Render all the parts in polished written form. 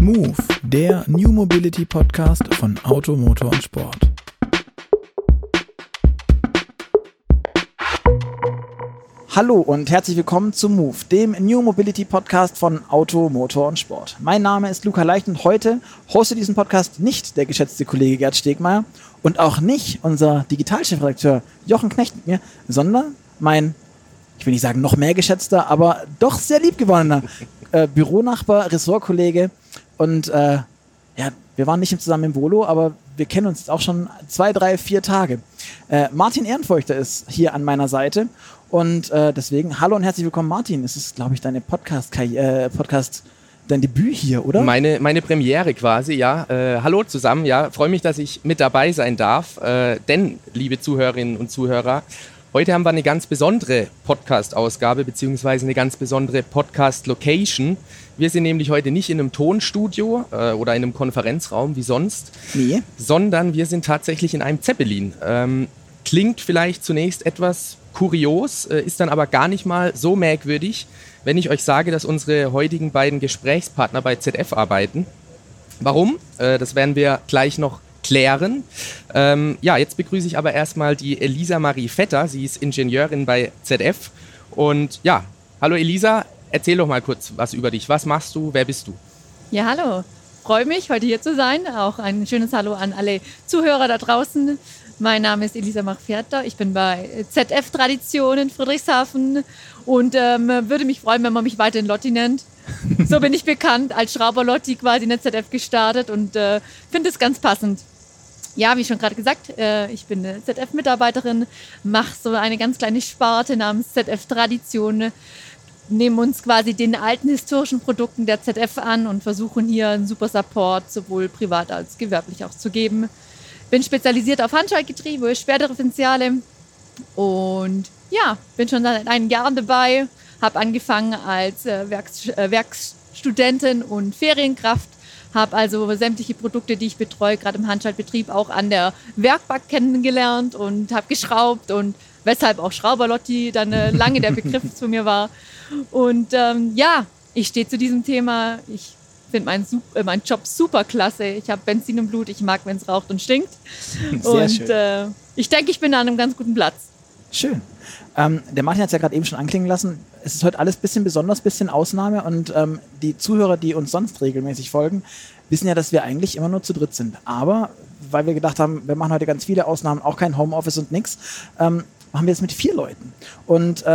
Move, der New Mobility Podcast von Auto, Motor und Sport. Hallo und herzlich willkommen zu Move, dem New Mobility Podcast von Auto, Motor und Sport. Mein Name ist Luca Leicht und heute hostet diesen Podcast nicht der geschätzte Kollege Gerd Stegmeier und auch nicht unser Digitalchefredakteur Jochen Knecht mit mir, sondern mein, ich will nicht sagen noch mehr geschätzter, aber doch sehr liebgewonnener Büronachbar, Ressortkollege und wir waren nicht zusammen im Volo, aber wir kennen uns jetzt auch schon 2, 3, 4 Tage. Martin Ehrenfeuchter ist hier an meiner Seite und deswegen hallo und herzlich willkommen, Martin. Es ist, glaube ich, deine dein Debüt hier, oder? Meine Premiere quasi, ja. Hallo zusammen, ja. Freue mich, dass ich mit dabei sein darf. Denn, liebe Zuhörerinnen und Zuhörer, heute haben wir eine ganz besondere Podcast-Ausgabe beziehungsweise eine ganz besondere Podcast-Location. Wir sind nämlich heute nicht in einem Tonstudio oder in einem Konferenzraum wie sonst, sondern wir sind tatsächlich in einem Zeppelin. Klingt vielleicht zunächst etwas kurios, ist dann aber gar nicht mal so merkwürdig, wenn ich euch sage, dass unsere heutigen beiden Gesprächspartner bei ZF arbeiten. Warum? Das werden wir gleich noch klären. Jetzt begrüße ich aber erstmal die Elisa Marie Vetter. Sie ist Ingenieurin bei ZF. Und ja, hallo Elisa, erzähl doch mal kurz was über dich. Was machst du? Wer bist du? Ja, hallo. Freue mich, heute hier zu sein. Auch ein schönes Hallo an alle Zuhörer da draußen. Mein Name ist Elisa Marie Vetter. Ich bin bei ZF Tradition in Friedrichshafen und würde mich freuen, wenn man mich weiterhin Lotti nennt. So bin ich bekannt, als Schrauber-Lotti quasi in der ZF gestartet und finde es ganz passend. Ja, wie schon gerade gesagt, ich bin eine ZF-Mitarbeiterin, mache so eine ganz kleine Sparte namens ZF Tradition, nehmen uns quasi den alten historischen Produkten der ZF an und versuchen hier einen super Support sowohl privat als gewerblich auch zu geben. Bin spezialisiert auf Handschaltgetriebe, Schwerdifferentiale und ja, bin schon seit einigen Jahren dabei, habe angefangen als Werkstudentin und Ferienkraft, habe also sämtliche Produkte, die ich betreue, gerade im Handschaltbetrieb, auch an der Werkbank kennengelernt und habe geschraubt und weshalb auch Schrauberlotti dann lange der Begriff zu mir war. Und ich stehe zu diesem Thema. Ich finde meinen Job super klasse. Ich habe Benzin im Blut. Ich mag, wenn es raucht und stinkt. Sehr schön. Ich denke, ich bin an einem ganz guten Platz. Schön. Der Martin hat es ja gerade eben schon anklingen lassen. Es ist heute alles ein bisschen besonders, ein bisschen Ausnahme und die Zuhörer, die uns sonst regelmäßig folgen, wissen ja, dass wir eigentlich immer nur zu dritt sind. Aber weil wir gedacht haben, wir machen heute ganz viele Ausnahmen, auch kein Homeoffice und nix, machen wir es mit 4 Leuten. Und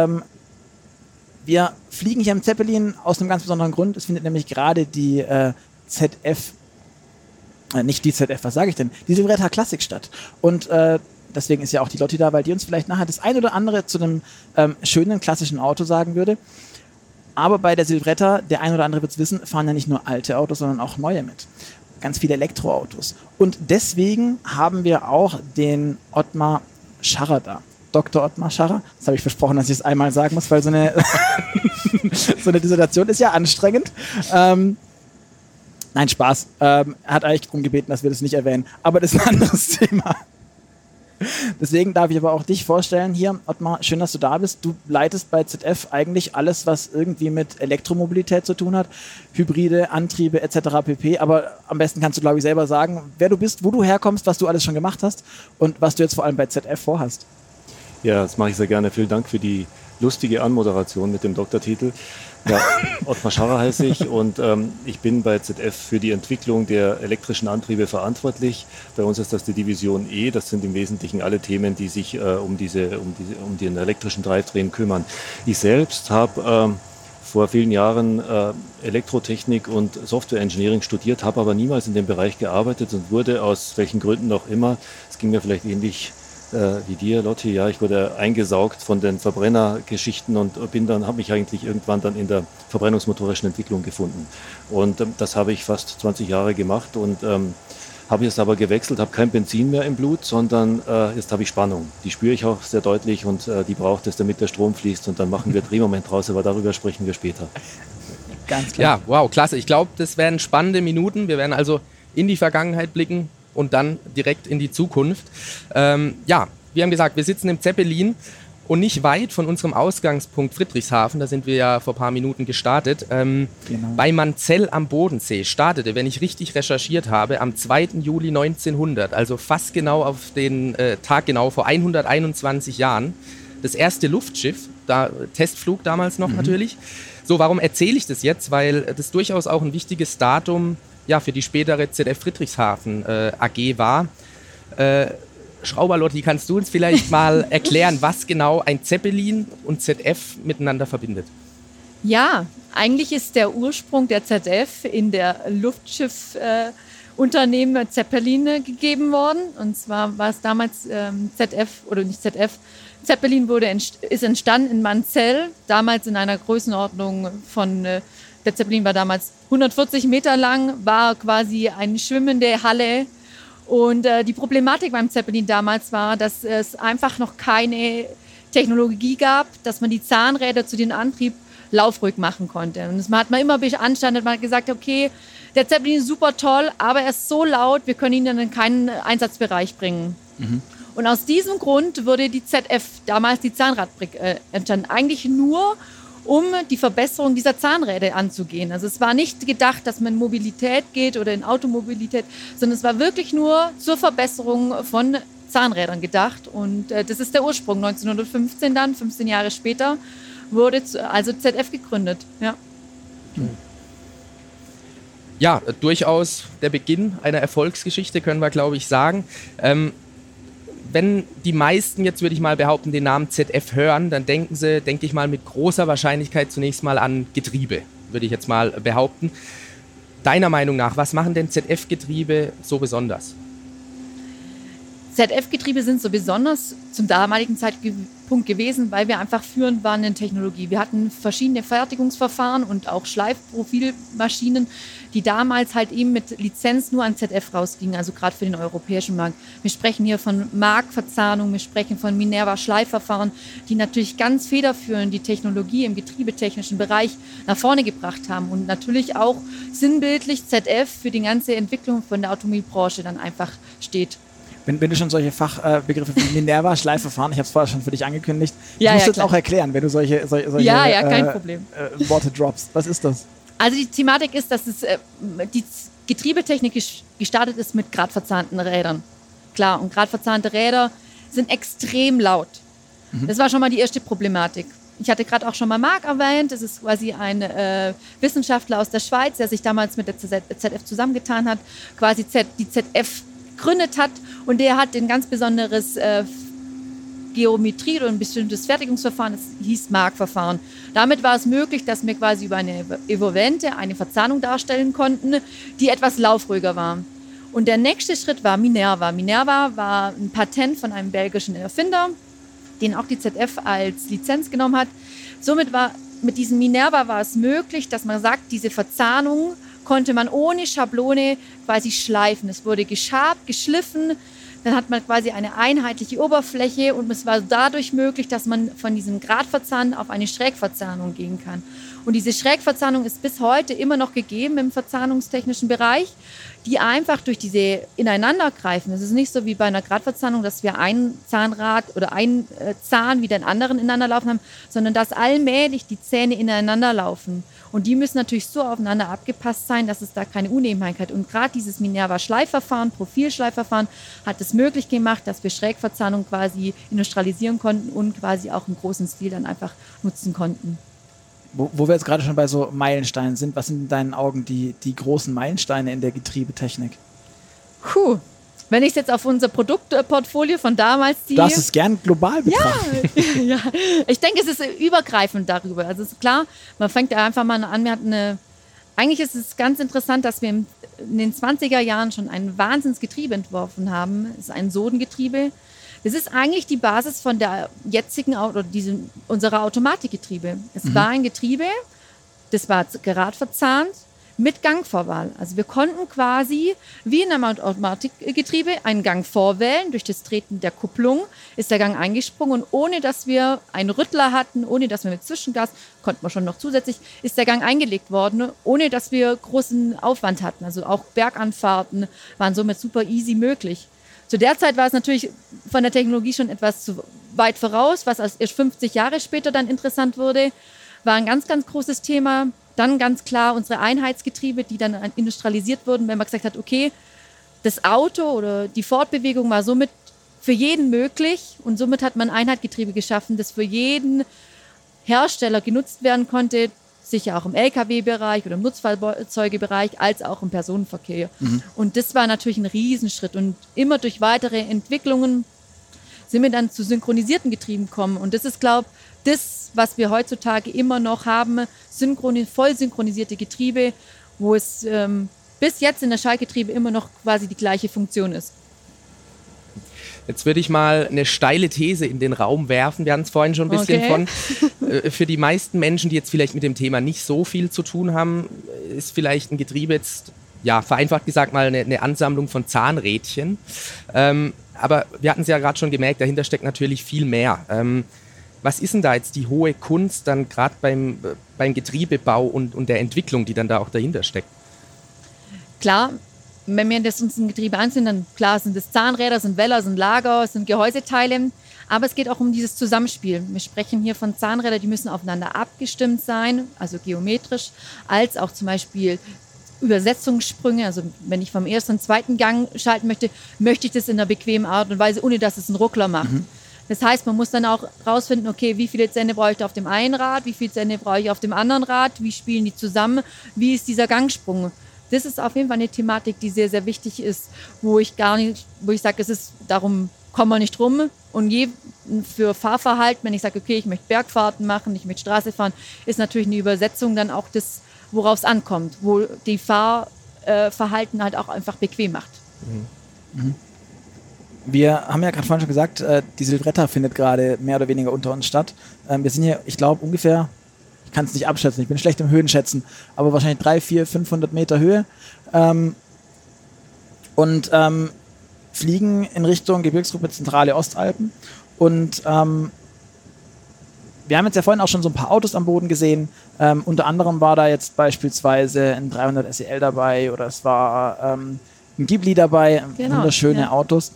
wir fliegen hier im Zeppelin aus einem ganz besonderen Grund. Es findet nämlich gerade die ZF, nicht die ZF, was sage ich denn? Die Silvretta Classic statt. Und deswegen ist ja auch die Lotti da, weil die uns vielleicht nachher das ein oder andere zu einem schönen klassischen Auto sagen würde. Aber bei der Silvretta, der ein oder andere wird es wissen, fahren ja nicht nur alte Autos, sondern auch neue mit. Ganz viele Elektroautos. Und deswegen haben wir auch den Ottmar Scharrer da. Dr. Ottmar Scharrer. Das habe ich versprochen, dass ich es einmal sagen muss, weil so eine Dissertation ist ja anstrengend. Nein, Spaß. Er hat eigentlich darum gebeten, dass wir das nicht erwähnen. Aber das ist ein anderes Thema. Deswegen darf ich aber auch dich vorstellen hier, Ottmar, schön, dass du da bist. Du leitest bei ZF eigentlich alles, was irgendwie mit Elektromobilität zu tun hat, Hybride, Antriebe etc. pp. Aber am besten kannst du, glaube ich, selber sagen, wer du bist, wo du herkommst, was du alles schon gemacht hast und was du jetzt vor allem bei ZF vorhast. Ja, das mache ich sehr gerne. Vielen Dank für die lustige Anmoderation mit dem Doktortitel. Ja, Ottmar Scharrer heiße ich und ich bin bei ZF für die Entwicklung der elektrischen Antriebe verantwortlich. Bei uns ist das die Division E. Das sind im Wesentlichen alle Themen, die sich um den elektrischen Drivetrain kümmern. Ich selbst habe vor vielen Jahren Elektrotechnik und Software Engineering studiert, habe aber niemals in dem Bereich gearbeitet und wurde aus welchen Gründen auch immer, es ging mir vielleicht ähnlich wie dir, Lotti, ja, ich wurde eingesaugt von den Verbrennergeschichten und habe mich eigentlich irgendwann dann in der verbrennungsmotorischen Entwicklung gefunden. Und das habe ich fast 20 Jahre gemacht und habe jetzt aber gewechselt, habe kein Benzin mehr im Blut, sondern jetzt habe ich Spannung. Die spüre ich auch sehr deutlich und die braucht es, damit der Strom fließt und dann machen wir Drehmoment draus, aber darüber sprechen wir später. Ganz klar. Ja, wow, klasse. Ich glaube, das werden spannende Minuten. Wir werden also in die Vergangenheit blicken und dann direkt in die Zukunft. Wir haben gesagt, wir sitzen im Zeppelin Und nicht weit von unserem Ausgangspunkt Friedrichshafen, da sind wir ja vor ein paar Minuten gestartet, bei Manzell am Bodensee startete, wenn ich richtig recherchiert habe, am 2. Juli 1900, also fast genau auf den Tag genau vor 121 Jahren, das erste Luftschiff, Testflug damals noch natürlich. So, warum erzähle ich das jetzt? Weil das durchaus auch ein wichtiges Datum für die spätere ZF Friedrichshafen AG war. Schrauberlotti, kannst du uns vielleicht mal erklären, was genau ein Zeppelin und ZF miteinander verbindet? Ja, eigentlich ist der Ursprung der ZF in der Luftschiffunternehmen Zeppelin gegeben worden. Und zwar war es damals Zeppelin ist entstanden in Manzell, damals in einer Größenordnung von, der Zeppelin war damals 140 Meter lang, war quasi eine schwimmende Halle. Und die Problematik beim Zeppelin damals war, dass es einfach noch keine Technologie gab, dass man die Zahnräder zu dem Antrieb laufruhig machen konnte. Und das hat man immer beanstandet, man hat gesagt, okay, der Zeppelin ist super toll, aber er ist so laut, wir können ihn dann in keinen Einsatzbereich bringen. Und aus diesem Grund wurde die ZF, damals die Zahnradfabrik, entstanden. Eigentlich nur, um die Verbesserung dieser Zahnräder anzugehen. Also es war nicht gedacht, dass man in Mobilität geht oder in Automobilität, sondern es war wirklich nur zur Verbesserung von Zahnrädern gedacht. Und das ist der Ursprung. 1915 dann, 15 Jahre später, wurde also ZF gegründet. Ja. Ja, durchaus der Beginn einer Erfolgsgeschichte, können wir, glaube ich, sagen. Wenn die meisten jetzt, würde ich mal behaupten, den Namen ZF hören, dann denken sie, denke ich mal, mit großer Wahrscheinlichkeit zunächst mal an Getriebe, würde ich jetzt mal behaupten. Deiner Meinung nach, was machen denn ZF-Getriebe so besonders? ZF-Getriebe sind so besonders zum damaligen Zeitpunkt gewesen, weil wir einfach führend waren in Technologie. Wir hatten verschiedene Fertigungsverfahren und auch Schleifprofilmaschinen, die damals halt eben mit Lizenz nur an ZF rausgingen, also gerade für den europäischen Markt. Wir sprechen hier von Markverzahnung, wir sprechen von Minerva-Schleifverfahren, die natürlich ganz federführend die Technologie im getriebetechnischen Bereich nach vorne gebracht haben und natürlich auch sinnbildlich ZF für die ganze Entwicklung von der Automobilbranche dann einfach steht. Wenn du schon solche Fachbegriffe wie Minerva, Schleifverfahren, ich habe es vorher schon für dich angekündigt, ja, du musst ja, jetzt auch erklären, wenn du solche kein Problem. Worte droppst. Was ist das? Also die Thematik ist, dass die Getriebetechnik gestartet ist mit gradverzahnten Rädern. Klar, und gradverzahnte Räder sind extrem laut. Das war schon mal die erste Problematik. Ich hatte gerade auch schon mal Marc erwähnt, das ist quasi ein Wissenschaftler aus der Schweiz, der sich damals mit der ZF zusammengetan hat, quasi die ZF gegründet hat und der hat ein ganz besonderes Geometrie oder ein bestimmtes Fertigungsverfahren, das hieß Markverfahren. Damit war es möglich, dass wir quasi über eine Evolvente eine Verzahnung darstellen konnten, die etwas laufruhiger war. Und der nächste Schritt war Minerva. Minerva war ein Patent von einem belgischen Erfinder, den auch die ZF als Lizenz genommen hat. Somit war mit diesem Minerva war es möglich, dass man sagt, diese Verzahnung konnte man ohne Schablone quasi schleifen. Es wurde geschabt, geschliffen, dann hat man quasi eine einheitliche Oberfläche und es war dadurch möglich, dass man von diesem Gradverzahnen auf eine Schrägverzahnung gehen kann. Und diese Schrägverzahnung ist bis heute immer noch gegeben im verzahnungstechnischen Bereich, die einfach durch diese Ineinandergreifen, es ist nicht so wie bei einer Gradverzahnung, dass wir ein Zahnrad oder ein Zahn wie den anderen ineinander laufen haben, sondern dass allmählich die Zähne ineinander laufen. Und die müssen natürlich so aufeinander abgepasst sein, dass es da keine Unebenheit. Und gerade dieses Minerva-Schleifverfahren, Profilschleifverfahren, hat es möglich gemacht, dass wir Schrägverzahnung quasi industrialisieren konnten und quasi auch im großen Stil dann einfach nutzen konnten. Wo wir jetzt gerade schon bei so Meilensteinen sind, was sind in deinen Augen die großen Meilensteine in der Getriebetechnik? Wenn ich es jetzt auf unser Produktportfolio von damals ziehe... Du darfst es gern global betrachten. Ja, ich denke, es ist übergreifend darüber. Also es ist klar, man fängt einfach mal an, eigentlich ist es ganz interessant, dass wir in den 20er Jahren schon ein Wahnsinnsgetriebe entworfen haben. Es ist ein Sodengetriebe. Das ist eigentlich die Basis von der jetzigen unserer Automatikgetriebe. Es war ein Getriebe, das war geradverzahnt mit Gangvorwahl. Also wir konnten quasi wie in einem Automatikgetriebe einen Gang vorwählen. Durch das Treten der Kupplung ist der Gang eingesprungen und ohne dass wir einen Rüttler hatten, ohne dass wir mit Zwischengas, konnten wir schon noch zusätzlich, ist der Gang eingelegt worden, ohne dass wir großen Aufwand hatten. Also auch Berganfahrten waren somit super easy möglich. Zu der Zeit war es natürlich von der Technologie schon etwas zu weit voraus, was erst 50 Jahre später dann interessant wurde, war ein ganz, ganz großes Thema. Dann ganz klar unsere Einheitsgetriebe, die dann industrialisiert wurden, wenn man gesagt hat, okay, das Auto oder die Fortbewegung war somit für jeden möglich und somit hat man Einheitsgetriebe geschaffen, das für jeden Hersteller genutzt werden konnte, sicher auch im Lkw-Bereich oder im Nutzfahrzeugebereich, als auch im Personenverkehr. Und das war natürlich ein Riesenschritt und immer durch weitere Entwicklungen sind wir dann zu synchronisierten Getrieben gekommen. Und das ist, glaube ich, das, was wir heutzutage immer noch haben, voll synchronisierte Getriebe, wo es bis jetzt in der Schaltgetriebe immer noch quasi die gleiche Funktion ist. Jetzt würde ich mal eine steile These in den Raum werfen. Wir hatten es vorhin schon ein bisschen von. Für die meisten Menschen, die jetzt vielleicht mit dem Thema nicht so viel zu tun haben, ist vielleicht ein Getriebe jetzt, ja, vereinfacht gesagt mal eine Ansammlung von Zahnrädchen. Aber wir hatten es ja gerade schon gemerkt, dahinter steckt natürlich viel mehr. Was ist denn da jetzt die hohe Kunst dann gerade beim Getriebebau und der Entwicklung, die dann da auch dahinter steckt? Klar, wenn wir uns ein Getriebe ansehen, dann klar sind es Zahnräder, sind Weller, sind Lager, sind Gehäuseteile. Aber es geht auch um dieses Zusammenspiel. Wir sprechen hier von Zahnrädern, die müssen aufeinander abgestimmt sein, also geometrisch, als auch zum Beispiel Übersetzungssprünge. Also wenn ich vom ersten und zweiten Gang schalten möchte, möchte ich das in einer bequemen Art und Weise, ohne dass es einen Ruckler macht. Das heißt, man muss dann auch rausfinden, okay, wie viele Zähne brauche ich auf dem einen Rad, wie viele Zähne brauche ich auf dem anderen Rad, wie spielen die zusammen, wie ist dieser Gangsprung. Das ist auf jeden Fall eine Thematik, die sehr, sehr wichtig ist, wo ich sage, es ist, darum kommen wir nicht rum. Und für Fahrverhalten, wenn ich sage, okay, ich möchte Bergfahrten machen, ich möchte Straße fahren, ist natürlich eine Übersetzung dann auch das, worauf es ankommt, wo die Fahrverhalten halt auch einfach bequem macht. Wir haben ja gerade vorhin schon gesagt, die Silvretta findet gerade mehr oder weniger unter uns statt. Wir sind hier, ich glaube, ungefähr, ich kann es nicht abschätzen, ich bin schlecht im Höhenschätzen, aber wahrscheinlich 300, 400, 500 Meter Höhe und fliegen in Richtung Gebirgsgruppe Zentrale Ostalpen. Und wir haben jetzt ja vorhin auch schon so ein paar Autos am Boden gesehen. Unter anderem war da jetzt beispielsweise ein 300 SEL dabei oder es war ein Ghibli dabei, wunderschöne Autos.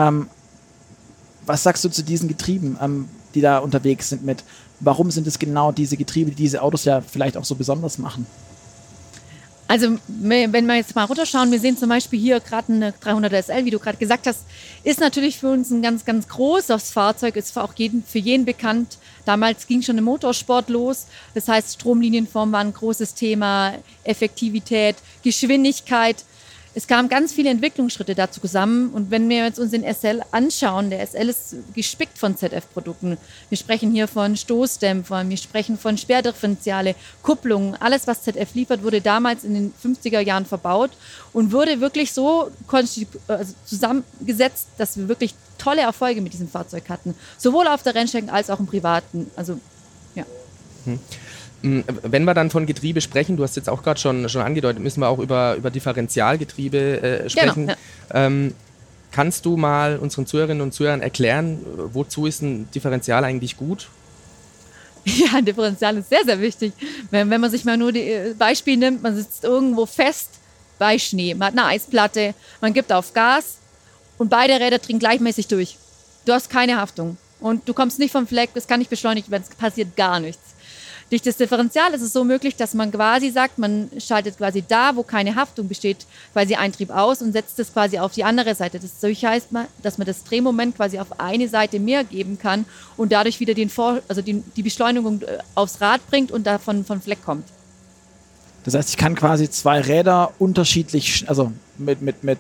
Was sagst du zu diesen Getrieben, die da unterwegs sind mit? Warum sind es genau diese Getriebe, die diese Autos ja vielleicht auch so besonders machen? Also wenn wir jetzt mal runterschauen, wir sehen zum Beispiel hier gerade eine 300 SL, wie du gerade gesagt hast, ist natürlich für uns ein ganz, ganz großes Fahrzeug, ist für jeden bekannt. Damals ging schon im Motorsport los, das heißt Stromlinienform war ein großes Thema, Effektivität, Geschwindigkeit. Es kamen ganz viele Entwicklungsschritte dazu zusammen und wenn wir jetzt uns den SL anschauen, der SL ist gespickt von ZF-Produkten. Wir sprechen hier von Stoßdämpfern, wir sprechen von Sperrdifferentiale, Kupplungen. Alles, was ZF liefert, wurde damals in den 50er Jahren verbaut und wurde wirklich so zusammengesetzt, dass wir wirklich tolle Erfolge mit diesem Fahrzeug hatten. Sowohl auf der Rennstrecke als auch im Privaten. Also, ja. Wenn wir dann von Getriebe sprechen, du hast jetzt auch gerade schon angedeutet, müssen wir auch über Differentialgetriebe sprechen. Genau, ja. Kannst du mal unseren Zuhörerinnen und Zuhörern erklären, wozu ist ein Differential eigentlich gut? Ja, ein Differential ist sehr, sehr wichtig. Wenn man sich mal nur das Beispiel nimmt, man sitzt irgendwo fest bei Schnee, man hat eine Eisplatte, man gibt auf Gas und beide Räder drehen gleichmäßig durch. Du hast keine Haftung und du kommst nicht vom Fleck, es kann nicht beschleunigt werden, es passiert gar nichts. Durch das Differential ist es so möglich, dass man quasi sagt, man schaltet quasi da, wo keine Haftung besteht, quasi Eintrieb aus und setzt es quasi auf die andere Seite. Das heißt, dass man das Drehmoment quasi auf eine Seite mehr geben kann und dadurch wieder die Beschleunigung aufs Rad bringt und davon von Fleck kommt. Das heißt, ich kann quasi zwei Räder unterschiedlich, also mit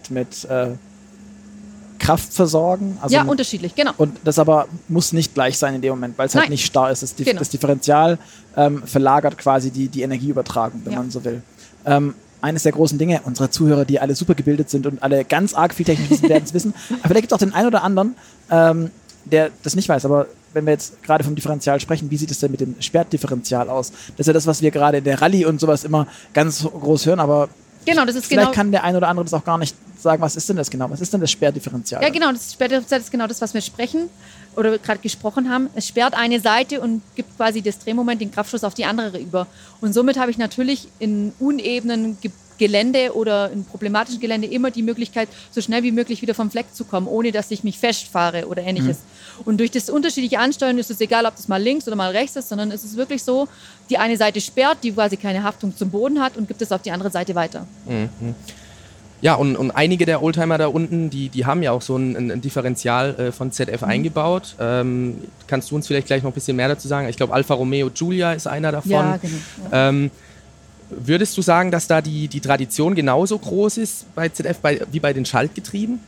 Kraft versorgen. Also ja, unterschiedlich, genau. Und das aber muss nicht gleich sein in dem Moment, weil es halt nicht starr ist. Das Differential verlagert quasi die Energieübertragung, wenn man so will. Eines der großen Dinge, unsere Zuhörer, die alle super gebildet sind und alle ganz arg viel technisch wissen, werden es wissen. Aber vielleicht gibt es auch den einen oder anderen, der das nicht weiß. Aber wenn wir jetzt gerade vom Differential sprechen, wie sieht es denn mit dem Sperrdifferential aus? Das ist ja das, was wir gerade in der Rallye und sowas immer ganz groß hören, aber genau, das ist vielleicht kann der ein oder andere das auch gar nicht sagen, was ist denn das genau? Was ist denn das Sperrdifferential? Ja, genau, das Sperrdifferential ist genau das, was wir sprechen oder gerade gesprochen haben. Es sperrt eine Seite und gibt quasi das Drehmoment, den Kraftschuss auf die andere über. Und somit habe ich natürlich in unebenen Gelände oder in problematischen Gelände immer die Möglichkeit, so schnell wie möglich wieder vom Fleck zu kommen, ohne dass ich mich festfahre oder Ähnliches. Und durch das unterschiedliche Ansteuern ist es egal, ob das mal links oder mal rechts ist, sondern es ist wirklich so, die eine Seite sperrt, die quasi keine Haftung zum Boden hat und gibt es auf die andere Seite weiter. Ja, und einige der Oldtimer da unten, die haben ja auch so ein Differential von ZF eingebaut. Kannst du uns vielleicht gleich noch ein bisschen mehr dazu sagen? Ich glaube, Alfa Romeo Giulia ist einer davon. Ja, genau. Ja. Würdest du sagen, dass da die Tradition genauso groß ist bei ZF wie bei den Schaltgetrieben?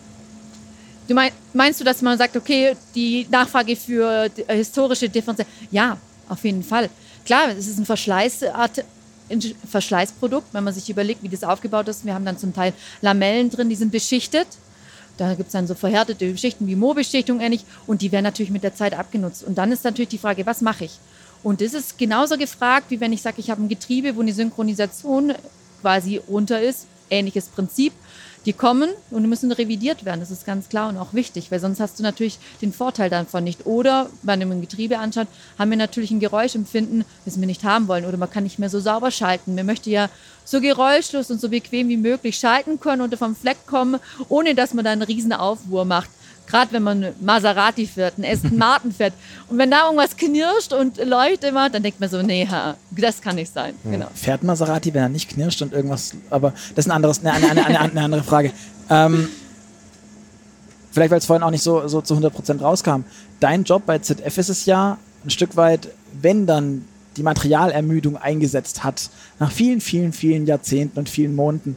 Du meinst du, dass man sagt, okay, die Nachfrage für historische Differenzierung? Ja, auf jeden Fall. Klar, es ist ein Verschleißprodukt, wenn man sich überlegt, wie das aufgebaut ist. Wir haben dann zum Teil Lamellen drin, die sind beschichtet. Da gibt es dann so verhärtete Schichten wie Mohbeschichtung ähnlich und die werden natürlich mit der Zeit abgenutzt. Und dann ist natürlich die Frage, was mache ich? Und das ist genauso gefragt, wie wenn ich sage, ich habe ein Getriebe, wo eine Synchronisation quasi runter ist. Ähnliches Prinzip. Die kommen und müssen revidiert werden. Das ist ganz klar und auch wichtig, weil sonst hast du natürlich den Vorteil davon nicht. Oder bei einem Getriebe anschaut, haben wir natürlich ein Geräuschempfinden, das wir nicht haben wollen. Oder man kann nicht mehr so sauber schalten. Man möchte ja so geräuschlos und so bequem wie möglich schalten können und vom Fleck kommen, ohne dass man da einen riesen Aufruhr macht. Gerade wenn man Maserati fährt, einen Aston Martin fährt. Und wenn da irgendwas knirscht und leuchtet immer, dann denkt man so, nee, das kann nicht sein. Genau. Fährt Maserati, wenn er nicht knirscht und irgendwas, aber das ist eine andere Frage. Vielleicht, weil es vorhin auch nicht so zu 100% rauskam. Dein Job bei ZF ist es ja ein Stück weit, wenn dann die Materialermüdung eingesetzt hat, nach vielen, vielen, vielen Jahrzehnten und vielen Monaten,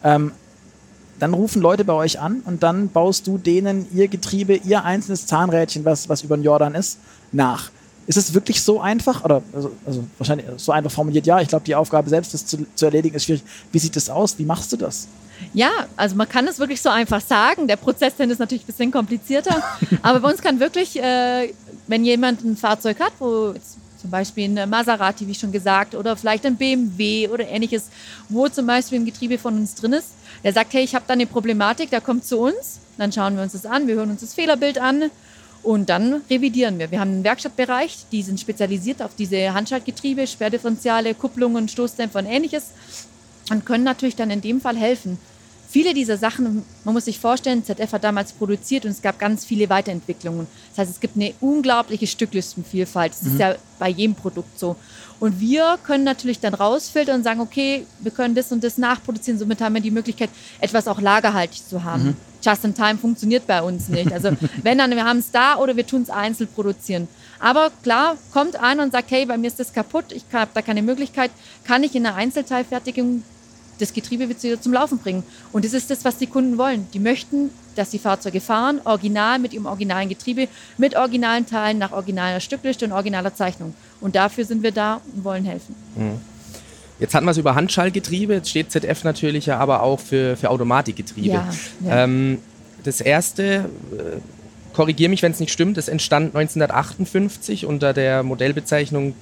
dann rufen Leute bei euch an und dann baust du denen ihr Getriebe, ihr einzelnes Zahnrädchen, was über den Jordan ist, nach. Ist es wirklich so einfach? Oder also wahrscheinlich so einfach formuliert, ja, ich glaube, die Aufgabe selbst, das zu erledigen, ist schwierig. Wie sieht das aus? Wie machst du das? Ja, also man kann es wirklich so einfach sagen. Der Prozess dann ist natürlich ein bisschen komplizierter. Aber bei uns kann wirklich, wenn jemand ein Fahrzeug hat, wo jetzt zum Beispiel ein Maserati, wie schon gesagt, oder vielleicht ein BMW oder Ähnliches, wo zum Beispiel ein Getriebe von uns drin ist, der sagt, hey, ich habe da eine Problematik, der kommt zu uns, dann schauen wir uns das an, wir hören uns das Fehlerbild an und dann revidieren wir. Wir haben einen Werkstattbereich, die sind spezialisiert auf diese Handschaltgetriebe, Sperrdifferentiale, Kupplungen, Stoßdämpfer und Ähnliches und können natürlich dann in dem Fall helfen. Viele dieser Sachen, man muss sich vorstellen, ZF hat damals produziert und es gab ganz viele Weiterentwicklungen. Das heißt, es gibt eine unglaubliche Stücklistenvielfalt. Das ist ja bei jedem Produkt so. Und wir können natürlich dann rausfiltern und sagen, okay, wir können das und das nachproduzieren. Somit haben wir die Möglichkeit, etwas auch lagerhaltig zu haben. Just in time funktioniert bei uns nicht. Also wenn dann, wir haben es da oder wir tun es einzeln produzieren. Aber klar, kommt einer und sagt, hey, bei mir ist das kaputt, ich habe da keine Möglichkeit, kann ich in einer Einzelteilfertigung das Getriebe wieder zum Laufen bringen. Und das ist das, was die Kunden wollen. Die möchten, dass die Fahrzeuge fahren, original mit ihrem originalen Getriebe, mit originalen Teilen, nach originaler Stückliste und originaler Zeichnung. Und dafür sind wir da und wollen helfen. Jetzt hatten wir es über Handschaltgetriebe, jetzt steht ZF natürlich ja aber auch für Automatikgetriebe. Ja. Das erste, korrigiere mich, wenn es nicht stimmt, das entstand 1958 unter der Modellbezeichnung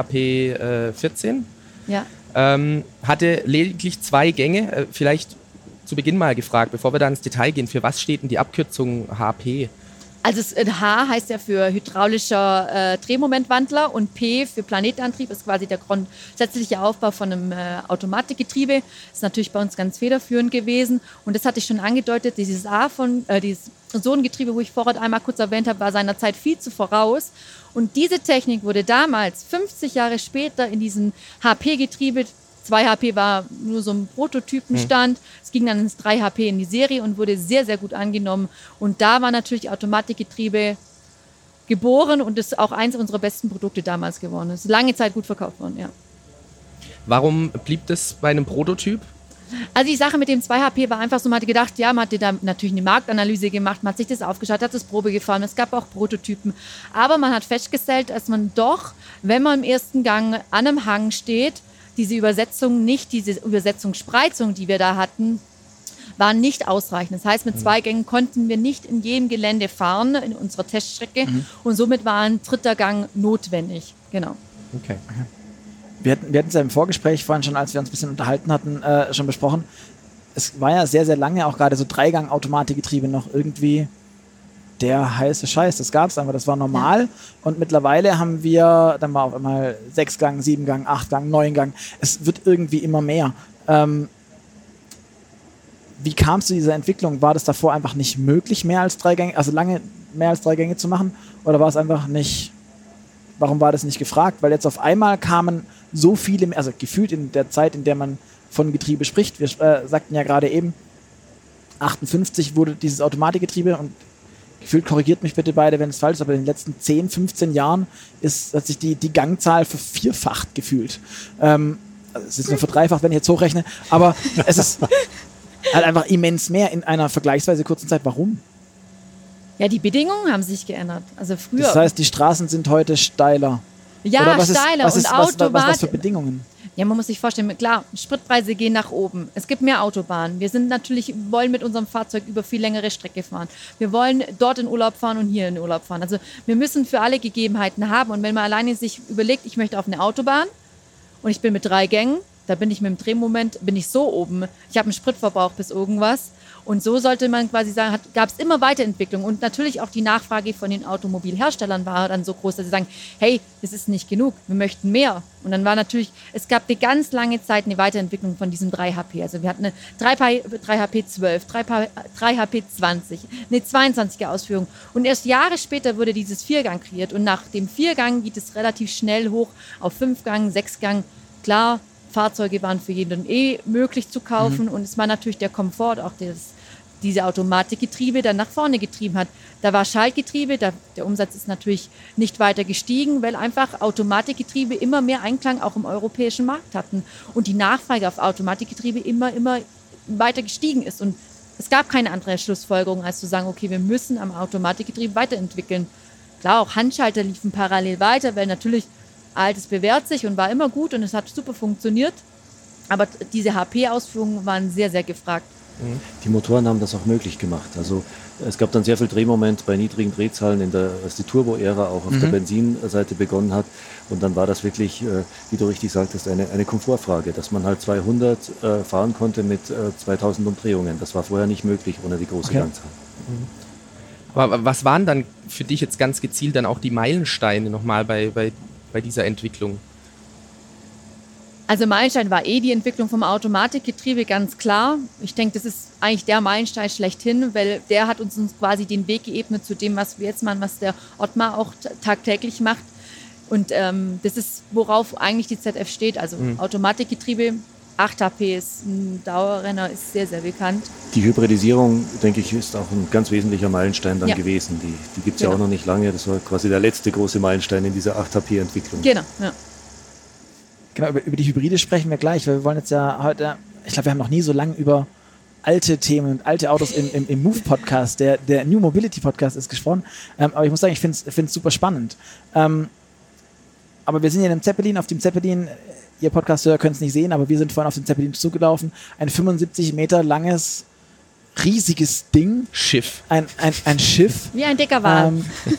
2HP14. Ja. Hatte lediglich 2 Gänge. Vielleicht zu Beginn mal gefragt, bevor wir da ins Detail gehen, für was steht denn die Abkürzung HP? Also H heißt ja für hydraulischer Drehmomentwandler und P für Planetantrieb ist quasi der grundsätzliche Aufbau von einem Automatikgetriebe. Ist natürlich bei uns ganz federführend gewesen und das hatte ich schon angedeutet, dieses dieses Personengetriebe, wo ich vorher einmal kurz erwähnt habe, war seinerzeit viel zu voraus. Und diese Technik wurde damals, 50 Jahre später, in diesem HP-Getriebe, 2 HP war nur so ein Prototypenstand, es ging dann ins 3 HP in die Serie und wurde sehr, sehr gut angenommen. Und da war natürlich Automatikgetriebe geboren und ist auch eins unserer besten Produkte damals geworden. Es ist lange Zeit gut verkauft worden, ja. Warum blieb das bei einem Prototyp? Also die Sache mit dem 2 HP war einfach so, man hatte gedacht, ja, man hatte da natürlich eine Marktanalyse gemacht, man hat sich das aufgeschaut, hat das Probe gefahren, es gab auch Prototypen. Aber man hat festgestellt, dass man doch, wenn man im ersten Gang an einem Hang steht, diese Übersetzungsspreizung, die wir da hatten, war nicht ausreichend. Das heißt, mit 2 Gängen konnten wir nicht in jedem Gelände fahren, in unserer Teststrecke. Und somit war ein 3. Gang notwendig. Genau. Okay. Wir hatten es ja im Vorgespräch vorhin schon, als wir uns ein bisschen unterhalten hatten, schon besprochen. Es war ja sehr, sehr lange auch gerade so 3-Gang-Automatikgetriebe noch irgendwie der heiße Scheiß. Das gab es einfach, das war normal. Ja. Und mittlerweile haben wir, dann war auf einmal 6 Gang, 7 Gang, 8 Gang, 9 Gang. Es wird irgendwie immer mehr. Wie kam es zu dieser Entwicklung? War das davor einfach nicht möglich, mehr als 3 Gänge zu machen? Oder war es einfach nicht, warum war das nicht gefragt? Weil jetzt auf einmal kamen so viele, also gefühlt in der Zeit, in der man von Getriebe spricht, wir sagten ja gerade eben, 58 wurde dieses Automatikgetriebe und gefühlt, korrigiert mich bitte beide, wenn es falsch ist, aber in den letzten 10, 15 Jahren hat sich die Gangzahl vervierfacht gefühlt. Also es ist nur verdreifacht, wenn ich jetzt hochrechne, aber es ist halt einfach immens mehr in einer vergleichsweise kurzen Zeit. Warum? Ja, die Bedingungen haben sich geändert. Also früher. Das heißt, die Straßen sind heute steiler. Ja, steiler und Autobahn. Was für Bedingungen? Ja, man muss sich vorstellen, klar, Spritpreise gehen nach oben. Es gibt mehr Autobahnen. Wir wollen mit unserem Fahrzeug über viel längere Strecke fahren. Wir wollen dort in Urlaub fahren und hier in Urlaub fahren. Also wir müssen für alle Gegebenheiten haben. Und wenn man alleine sich überlegt, ich möchte auf eine Autobahn und ich bin mit 3 Gängen, da bin ich mit dem Drehmoment, bin ich so oben. Ich habe einen Spritverbrauch bis irgendwas. Und so sollte man quasi sagen, gab es immer Weiterentwicklung. Und natürlich auch die Nachfrage von den Automobilherstellern war dann so groß, dass sie sagen, hey, das ist nicht genug, wir möchten mehr. Und dann war natürlich, es gab eine ganz lange Zeit eine Weiterentwicklung von diesem 3HP. Also wir hatten eine 3HP12, 3HP20, eine 22er Ausführung. Und erst Jahre später wurde dieses 4-Gang kreiert. Und nach dem 4-Gang geht es relativ schnell hoch auf 5-Gang, 6-Gang. Klar, Fahrzeuge waren für jeden möglich zu kaufen und es war natürlich der Komfort, auch diese Automatikgetriebe dann nach vorne getrieben hat. Da war Schaltgetriebe, der Umsatz ist natürlich nicht weiter gestiegen, weil einfach Automatikgetriebe immer mehr Einklang auch im europäischen Markt hatten und die Nachfrage auf Automatikgetriebe immer weiter gestiegen ist. Und es gab keine andere Schlussfolgerung, als zu sagen, okay, wir müssen am Automatikgetriebe weiterentwickeln. Klar, auch Handschalter liefen parallel weiter, weil natürlich Altes bewährt sich und war immer gut und es hat super funktioniert. Aber diese HP-Ausführungen waren sehr, sehr gefragt. Die Motoren haben das auch möglich gemacht. Also es gab dann sehr viel Drehmoment bei niedrigen Drehzahlen, als die Turbo-Ära auch auf der Benzinseite begonnen hat. Und dann war das wirklich, wie du richtig sagtest, eine Komfortfrage, dass man halt 200 fahren konnte mit 2000 Umdrehungen. Das war vorher nicht möglich ohne die große Gangzahl. Aber was waren dann für dich jetzt ganz gezielt dann auch die Meilensteine nochmal bei dieser Entwicklung? Also Meilenstein war die Entwicklung vom Automatikgetriebe, ganz klar. Ich denke, das ist eigentlich der Meilenstein schlechthin, weil der hat uns quasi den Weg geebnet zu dem, was wir jetzt machen, was der Ottmar auch tagtäglich macht. Und das ist, worauf eigentlich die ZF steht. Also Automatikgetriebe, 8 HP ist ein Dauerrenner, ist sehr, sehr bekannt. Die Hybridisierung, denke ich, ist auch ein ganz wesentlicher Meilenstein dann gewesen. Die gibt es ja auch noch nicht lange. Das war quasi der letzte große Meilenstein in dieser 8 HP-Entwicklung. Genau, ja. Genau, über die Hybride sprechen wir gleich, weil wir wollen jetzt ja heute, ich glaube, wir haben noch nie so lange über alte Themen und alte Autos im Move-Podcast, der New Mobility Podcast ist gesprochen. Aber ich muss sagen, ich finde es super spannend. Aber wir sind hier in einem Zeppelin, auf dem Zeppelin, ihr Podcast-Hörer können es nicht sehen, aber wir sind vorhin auf dem Zeppelin zugelaufen. Ein 75 Meter langes, riesiges Ding. Schiff. Ein Schiff. Wie ein dicker Wal.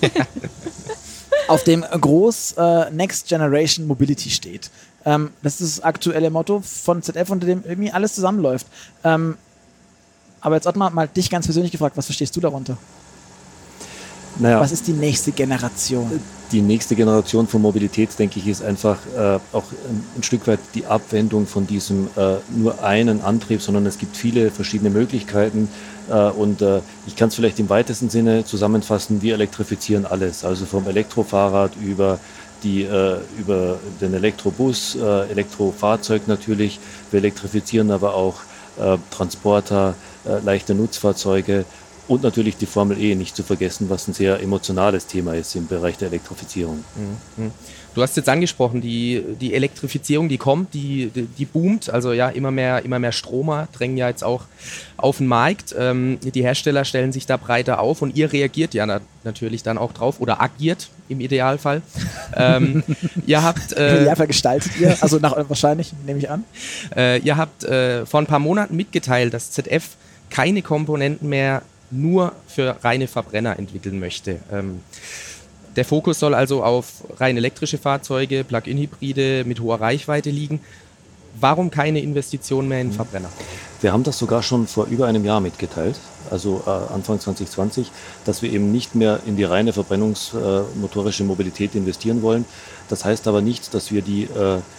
Auf dem groß Next Generation Mobility steht. Das ist das aktuelle Motto von ZF, unter dem irgendwie alles zusammenläuft. Aber jetzt Ottmar, mal dich ganz persönlich gefragt, was verstehst du darunter? Naja, was ist die nächste Generation? Die nächste Generation von Mobilität, denke ich, ist einfach auch ein Stück weit die Abwendung von diesem nur einen Antrieb, sondern es gibt viele verschiedene Möglichkeiten. Und ich kann es vielleicht im weitesten Sinne zusammenfassen, wir elektrifizieren alles, also vom Elektrofahrrad über den Elektrobus, Elektrofahrzeug natürlich. Wir elektrifizieren aber auch Transporter, leichte Nutzfahrzeuge und natürlich die Formel E, nicht zu vergessen, was ein sehr emotionales Thema ist im Bereich der Elektrifizierung. Du hast jetzt angesprochen, die Elektrifizierung, die kommt, die boomt, also ja, immer mehr Stromer drängen ja jetzt auch auf den Markt. Die Hersteller stellen sich da breiter auf und ihr reagiert ja natürlich dann auch drauf oder agiert im Idealfall. Ihr habt... Im Idealfall gestaltet ihr, also wahrscheinlich, nehme ich an. Ihr habt vor ein paar Monaten mitgeteilt, dass ZF keine Komponenten mehr nur für reine Verbrenner entwickeln möchte. Der Fokus soll also auf rein elektrische Fahrzeuge, Plug-in-Hybride mit hoher Reichweite liegen. Warum keine Investition mehr in Verbrenner? Wir haben das sogar schon vor über einem Jahr mitgeteilt, also Anfang 2020, dass wir eben nicht mehr in die reine verbrennungsmotorische Mobilität investieren wollen. Das heißt aber nicht, dass wir die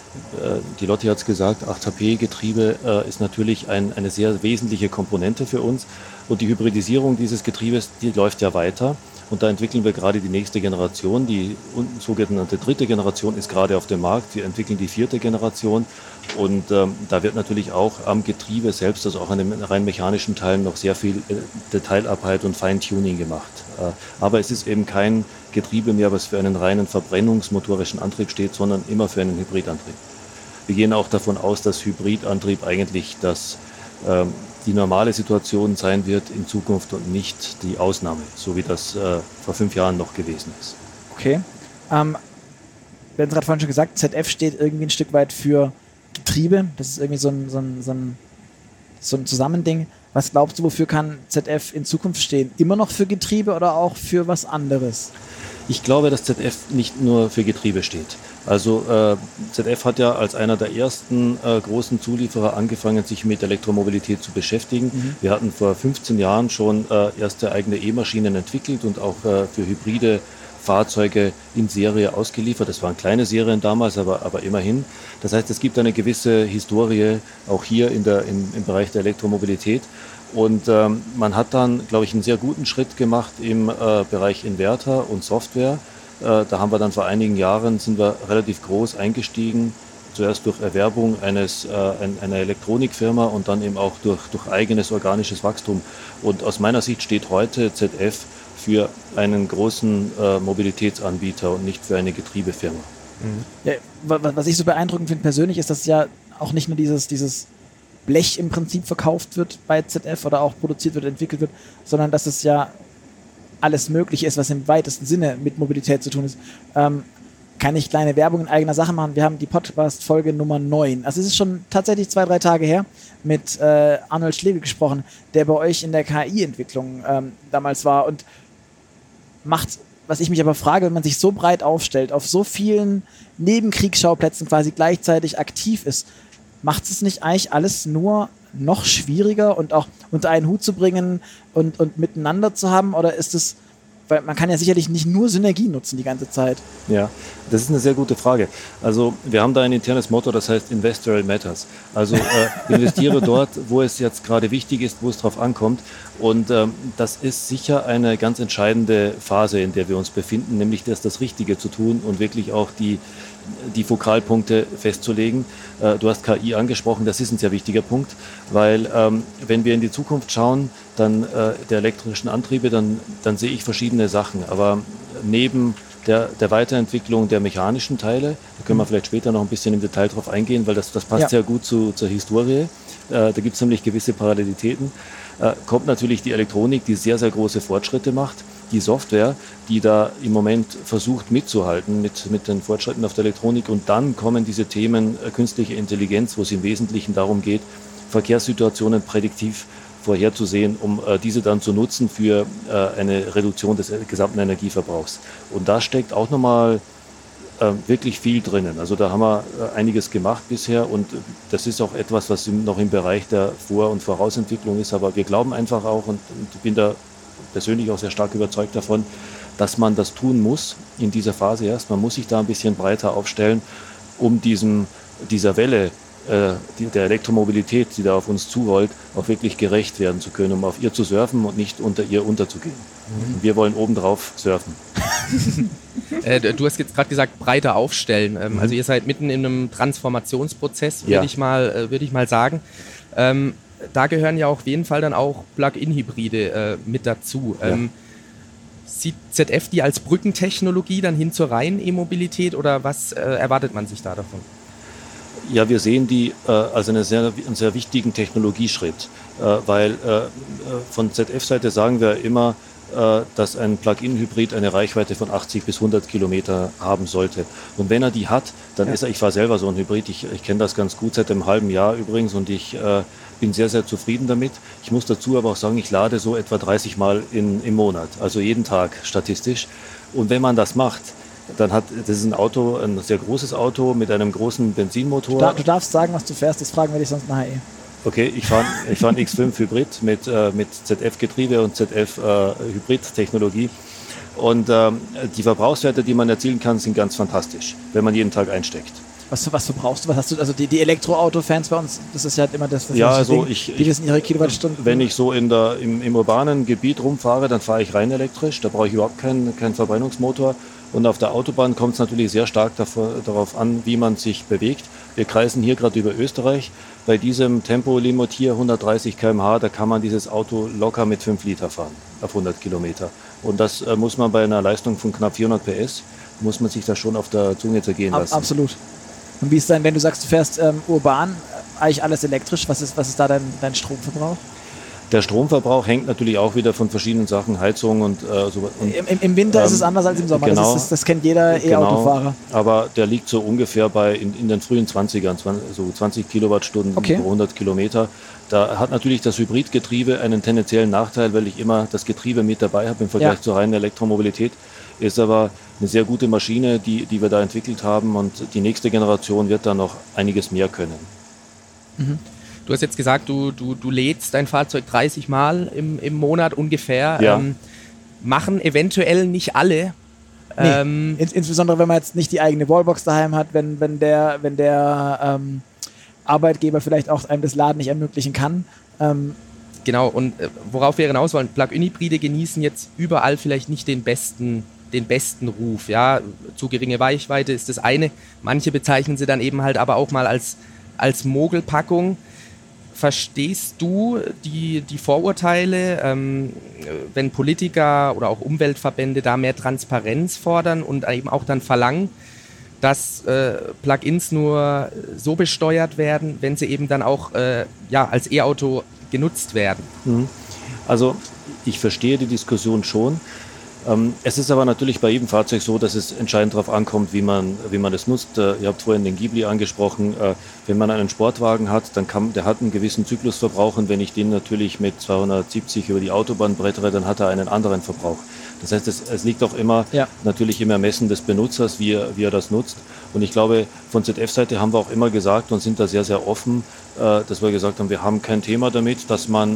Lotti hat es gesagt, 8HP-Getriebe ist natürlich eine sehr wesentliche Komponente für uns. Und die Hybridisierung dieses Getriebes, die läuft ja weiter. Und da entwickeln wir gerade die nächste Generation. Die sogenannte dritte Generation ist gerade auf dem Markt. Wir entwickeln die vierte Generation. Und da wird natürlich auch am Getriebe selbst, also auch an den rein mechanischen Teilen, noch sehr viel Detailarbeit und Feintuning gemacht. Aber es ist eben kein Getriebe mehr, was für einen reinen verbrennungsmotorischen Antrieb steht, sondern immer für einen Hybridantrieb. Wir gehen auch davon aus, dass Hybridantrieb eigentlich die normale Situation sein wird in Zukunft und nicht die Ausnahme, so wie das vor 5 Jahren noch gewesen ist. Okay. Wir haben es gerade vorhin schon gesagt, ZF steht irgendwie ein Stück weit für Getriebe. Das ist irgendwie so ein Zusammending. Was glaubst du, wofür kann ZF in Zukunft stehen? Immer noch für Getriebe oder auch für was anderes? Ich glaube, dass ZF nicht nur für Getriebe steht. Also ZF hat ja als einer der ersten großen Zulieferer angefangen, sich mit Elektromobilität zu beschäftigen. Mhm. Wir hatten vor 15 Jahren schon erste eigene E-Maschinen entwickelt und auch für hybride Fahrzeuge in Serie ausgeliefert. Das waren kleine Serien damals, aber immerhin. Das heißt, es gibt eine gewisse Historie auch hier im Bereich der Elektromobilität. Und man hat dann, glaube ich, einen sehr guten Schritt gemacht im Bereich Inverter und Software. Da haben wir dann vor einigen Jahren, sind wir relativ groß eingestiegen, zuerst durch Erwerbung einer Elektronikfirma und dann eben auch durch eigenes organisches Wachstum. Und aus meiner Sicht steht heute ZF für einen großen Mobilitätsanbieter und nicht für eine Getriebefirma. Mhm. Ja, was ich so beeindruckend finde persönlich, ist, dass ja auch nicht nur dieses Blech im Prinzip verkauft wird bei ZF oder auch produziert wird, entwickelt wird, sondern dass es ja alles Mögliche ist, was im weitesten Sinne mit Mobilität zu tun ist. Kann ich kleine Werbung in eigener Sache machen? Wir haben die Podcast-Folge Nummer 9. Also es ist schon tatsächlich 2-3 Tage her, mit Arnold Schlegel gesprochen, der bei euch in der KI-Entwicklung damals war und macht, was ich mich aber frage, wenn man sich so breit aufstellt, auf so vielen Nebenkriegsschauplätzen quasi gleichzeitig aktiv ist, macht es nicht eigentlich alles nur noch schwieriger und auch unter einen Hut zu bringen und miteinander zu haben? Oder ist es, weil man kann ja sicherlich nicht nur Synergie nutzen die ganze Zeit. Ja, das ist eine sehr gute Frage. Also wir haben da ein internes Motto, das heißt Invest where it matters. Also investiere dort, wo es jetzt gerade wichtig ist, wo es drauf ankommt. Und das ist sicher eine ganz entscheidende Phase, in der wir uns befinden, nämlich das Richtige zu tun und wirklich auch die Fokalpunkte festzulegen. Du hast KI angesprochen, das ist ein sehr wichtiger Punkt, weil wenn wir in die Zukunft schauen, dann der elektrischen Antriebe, dann sehe ich verschiedene Sachen. Aber neben der Weiterentwicklung der mechanischen Teile, da können wir vielleicht später noch ein bisschen im Detail drauf eingehen, weil das passt sehr gut zur Historie. Da gibt es nämlich gewisse Parallelitäten. Kommt natürlich die Elektronik, die sehr, sehr große Fortschritte macht. Die Software, die da im Moment versucht mitzuhalten mit den Fortschritten auf der Elektronik. Und dann kommen diese Themen künstliche Intelligenz, wo es im Wesentlichen darum geht, Verkehrssituationen prädiktiv vorherzusehen, um diese dann zu nutzen für eine Reduktion des gesamten Energieverbrauchs. Und da steckt auch nochmal wirklich viel drinnen. Also da haben wir einiges gemacht bisher und das ist auch etwas, was noch im Bereich der Vor- und Vorausentwicklung ist. Aber wir glauben einfach auch und ich bin da persönlich auch sehr stark überzeugt davon, dass man das tun muss in dieser Phase erst. Man muss sich da ein bisschen breiter aufstellen, um dieser Welle der Elektromobilität, die da auf uns zurollt, auch wirklich gerecht werden zu können, um auf ihr zu surfen und nicht unter ihr unterzugehen. Mhm. Und wir wollen obendrauf surfen. Du hast jetzt gerade gesagt, breiter aufstellen. Also ihr seid mitten in einem Transformationsprozess, würde ich mal sagen. Da gehören ja auch auf jeden Fall dann auch Plug-in-Hybride mit dazu. Ja. Sieht ZF die als Brückentechnologie dann hin zur reinen E-Mobilität oder was erwartet man sich da davon? Ja, wir sehen die als einen sehr wichtigen Technologieschritt, weil von ZF-Seite sagen wir immer, dass ein Plug-in-Hybrid eine Reichweite von 80 bis 100 Kilometer haben sollte. Und wenn er die hat, dann ist er, ich fahre selber so ein Hybrid, ich kenne das ganz gut seit einem halben Jahr übrigens und ich bin sehr, sehr zufrieden damit. Ich muss dazu aber auch sagen, ich lade so etwa 30 Mal im Monat, also jeden Tag statistisch. Und wenn man das macht, das ist ein sehr großes Auto mit einem großen Benzinmotor. Du darfst sagen, was du fährst, das fragen wir dich sonst nachher. Okay, ich fahre einen X5 Hybrid mit ZF-Getriebe und ZF-Hybrid-Technologie. Und die Verbrauchswerte, die man erzielen kann, sind ganz fantastisch, wenn man jeden Tag einsteckt. Was verbrauchst du? Was hast du? Also die Elektroauto-Fans bei uns, das ist ja immer das ja, also Ding, die wissen ihre Kilowattstunden. Wenn ich so im urbanen Gebiet rumfahre, dann fahre ich rein elektrisch. Da brauche ich überhaupt keinen Verbrennungsmotor. Und auf der Autobahn kommt es natürlich sehr stark darauf an, wie man sich bewegt. Wir kreisen hier gerade über Österreich. Bei diesem Tempolimit hier 130 km/h, da kann man dieses Auto locker mit 5 Liter fahren auf 100 Kilometer. Und das muss man bei einer Leistung von knapp 400 PS, muss man sich das schon auf der Zunge zergehen lassen. Absolut. Und wie ist dann, wenn du sagst, du fährst urban, eigentlich alles elektrisch, was ist da dein Stromverbrauch? Der Stromverbrauch hängt natürlich auch wieder von verschiedenen Sachen, Heizung und so. Und, Im Winter ist es anders als im Sommer, genau, das kennt jeder E-Autofahrer. Genau, aber der liegt so ungefähr in den frühen 20ern, so 20 Kilowattstunden pro 100 Kilometer. Da hat natürlich das Hybridgetriebe einen tendenziellen Nachteil, weil ich immer das Getriebe mit dabei habe im Vergleich zur reinen Elektromobilität. Ist aber eine sehr gute Maschine, die wir da entwickelt haben, und die nächste Generation wird da noch einiges mehr können. Mhm. Du hast jetzt gesagt, du lädst dein Fahrzeug 30 Mal im Monat ungefähr. Ja. Machen eventuell nicht alle. Nee, insbesondere wenn man jetzt nicht die eigene Wallbox daheim hat, wenn der Arbeitgeber vielleicht auch einem das Laden nicht ermöglichen kann. Genau, und worauf wir hinaus wollen, Plug-in-Hybride genießen jetzt überall vielleicht nicht den besten Ruf. Ja? Zu geringe Reichweite ist das eine. Manche bezeichnen sie dann eben halt aber auch mal als Mogelpackung. Verstehst du die Vorurteile, wenn Politiker oder auch Umweltverbände da mehr Transparenz fordern und eben auch dann verlangen, dass Plug-ins nur so besteuert werden, wenn sie eben dann auch als E-Auto genutzt werden? Also ich verstehe die Diskussion schon. Es ist aber natürlich bei jedem Fahrzeug so, dass es entscheidend darauf ankommt, wie man es nutzt. Ihr habt vorhin den Ghibli angesprochen. Wenn man einen Sportwagen hat, der hat einen gewissen Zyklusverbrauch, und wenn ich den natürlich mit 270 über die Autobahn brettere, dann hat er einen anderen Verbrauch. Das heißt, es liegt auch immer natürlich im Ermessen des Benutzers, wie er das nutzt. Und ich glaube, von ZF-Seite haben wir auch immer gesagt und sind da sehr, sehr offen, dass wir gesagt haben, wir haben kein Thema damit, dass man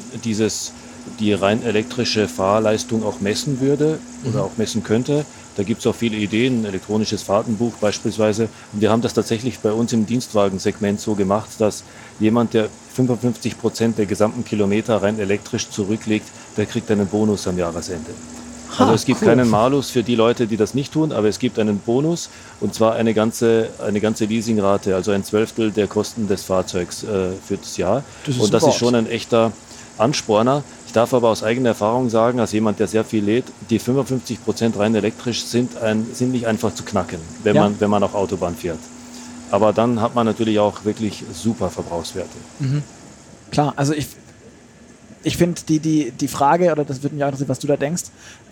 die rein elektrische Fahrleistung auch messen würde oder auch messen könnte. Da gibt es auch viele Ideen, ein elektronisches Fahrtenbuch beispielsweise. Und wir haben das tatsächlich bei uns im Dienstwagensegment so gemacht, dass jemand, der 55% der gesamten Kilometer rein elektrisch zurücklegt, der kriegt einen Bonus am Jahresende. Also es gibt keinen Malus für die Leute, die das nicht tun, aber es gibt einen Bonus, und zwar eine ganze Leasingrate, also 1/12 der Kosten des Fahrzeugs für das Jahr. Das ist schon ein echter Ansporner. Ich darf aber aus eigener Erfahrung sagen, als jemand, der sehr viel lädt, die 55% rein elektrisch sind nicht einfach zu knacken, wenn man auf Autobahn fährt. Aber dann hat man natürlich auch wirklich super Verbrauchswerte. Mhm. Klar, also ich finde die Frage, oder das würde mich auch interessieren, was du da denkst,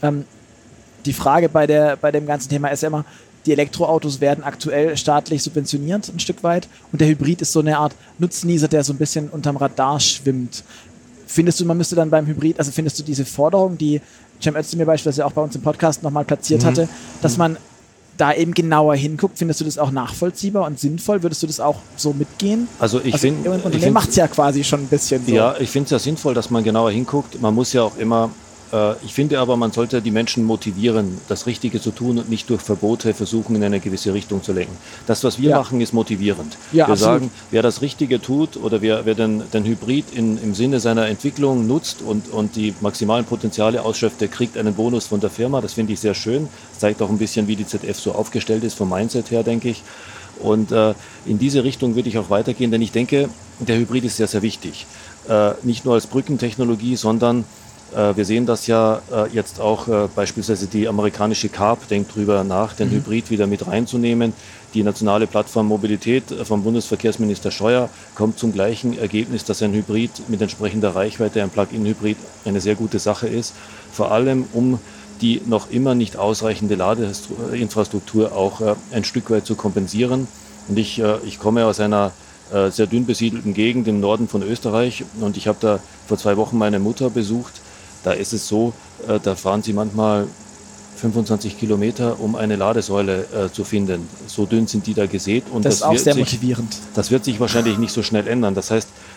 die Frage bei dem ganzen Thema ist ja immer, die Elektroautos werden aktuell staatlich subventioniert ein Stück weit, und der Hybrid ist so eine Art Nutznießer, der so ein bisschen unterm Radar schwimmt. Findest du, man müsste dann beim Hybrid, also findest du diese Forderung, die Cem Özdemir beispielsweise auch bei uns im Podcast nochmal platziert hatte, dass man da eben genauer hinguckt, findest du das auch nachvollziehbar und sinnvoll? Würdest du das auch so mitgehen? Also ich finde... Und Unternehmen macht es ja quasi schon ein bisschen so. Ja, ich finde es ja sinnvoll, dass man genauer hinguckt. Man muss ja auch immer... Ich finde aber, man sollte die Menschen motivieren, das Richtige zu tun und nicht durch Verbote versuchen, in eine gewisse Richtung zu lenken. Das, was wir machen, ist motivierend. Ja, wir sagen, wer das Richtige tut oder wer den Hybrid im Sinne seiner Entwicklung nutzt und die maximalen Potenziale ausschöpft, der kriegt einen Bonus von der Firma. Das finde ich sehr schön. Das zeigt auch ein bisschen, wie die ZF so aufgestellt ist, vom Mindset her, denke ich. Und in diese Richtung würde ich auch weitergehen, denn ich denke, der Hybrid ist sehr, sehr wichtig. Nicht nur als Brückentechnologie, sondern wir sehen das ja jetzt auch beispielsweise die amerikanische CARB denkt drüber nach, den Hybrid wieder mit reinzunehmen. Die nationale Plattform Mobilität vom Bundesverkehrsminister Scheuer kommt zum gleichen Ergebnis, dass ein Hybrid mit entsprechender Reichweite, ein Plug-in-Hybrid, eine sehr gute Sache ist. Vor allem, um die noch immer nicht ausreichende Ladeinfrastruktur auch ein Stück weit zu kompensieren. Und ich komme aus einer sehr dünn besiedelten Gegend im Norden von Österreich, und ich habe da vor 2 Wochen meine Mutter besucht. Da ist es so, da fahren sie manchmal 25 Kilometer, um eine Ladesäule zu finden. So dünn sind die da gesät. Und das ist auch sehr motivierend. Das wird sich wahrscheinlich nicht so schnell ändern. Das heißt,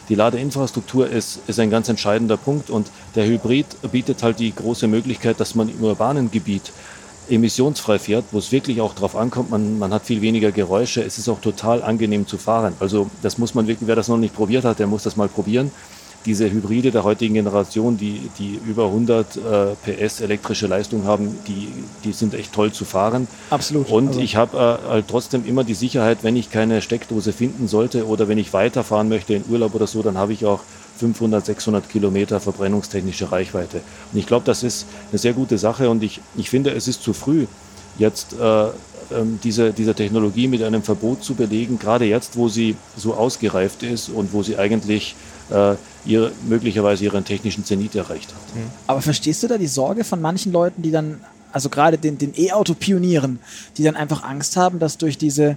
die Ladeinfrastruktur ist ein ganz entscheidender Punkt und der Hybrid bietet halt die große Möglichkeit, dass man im urbanen Gebiet emissionsfrei fährt, wo es wirklich auch drauf ankommt, man hat viel weniger Geräusche, es ist auch total angenehm zu fahren. Also das muss man wirklich, wer das noch nicht probiert hat, der muss das mal probieren. Diese Hybride der heutigen Generation, die über 100 PS elektrische Leistung haben, die sind echt toll zu fahren. Absolut. Und also ich habe halt trotzdem immer die Sicherheit, wenn ich keine Steckdose finden sollte oder wenn ich weiterfahren möchte in Urlaub oder so, dann habe ich auch 500, 600 Kilometer verbrennungstechnische Reichweite. Und ich glaube, das ist eine sehr gute Sache und ich finde, es ist zu früh, jetzt diese Technologie mit einem Verbot zu belegen, gerade jetzt, wo sie so ausgereift ist und wo sie eigentlich möglicherweise ihren technischen Zenit erreicht hat. Aber verstehst du da die Sorge von manchen Leuten, die dann, also gerade den E-Auto-Pionieren, die dann einfach Angst haben, dass durch diese,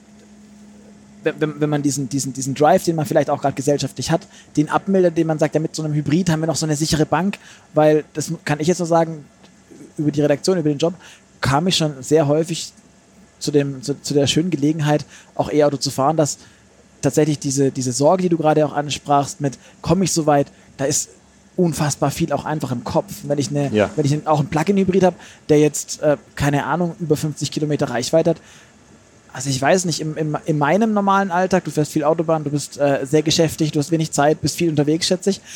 wenn man diesen Drive, den man vielleicht auch gerade gesellschaftlich hat, den abmildert, den man sagt, ja, mit so einem Hybrid haben wir noch so eine sichere Bank, weil, das kann ich jetzt nur sagen, über die Redaktion, über den Job, kam ich schon sehr häufig zu der schönen Gelegenheit, auch E-Auto zu fahren, dass tatsächlich diese Sorge, die du gerade auch ansprachst, mit komme ich so weit, da ist unfassbar viel auch einfach im Kopf. Wenn ich auch einen Plug-in-Hybrid habe, der jetzt, keine Ahnung, über 50 Kilometer Reichweite hat, also ich weiß nicht, in meinem normalen Alltag, du fährst viel Autobahn, du bist sehr geschäftig, du hast wenig Zeit, bist viel unterwegs, schätze ich.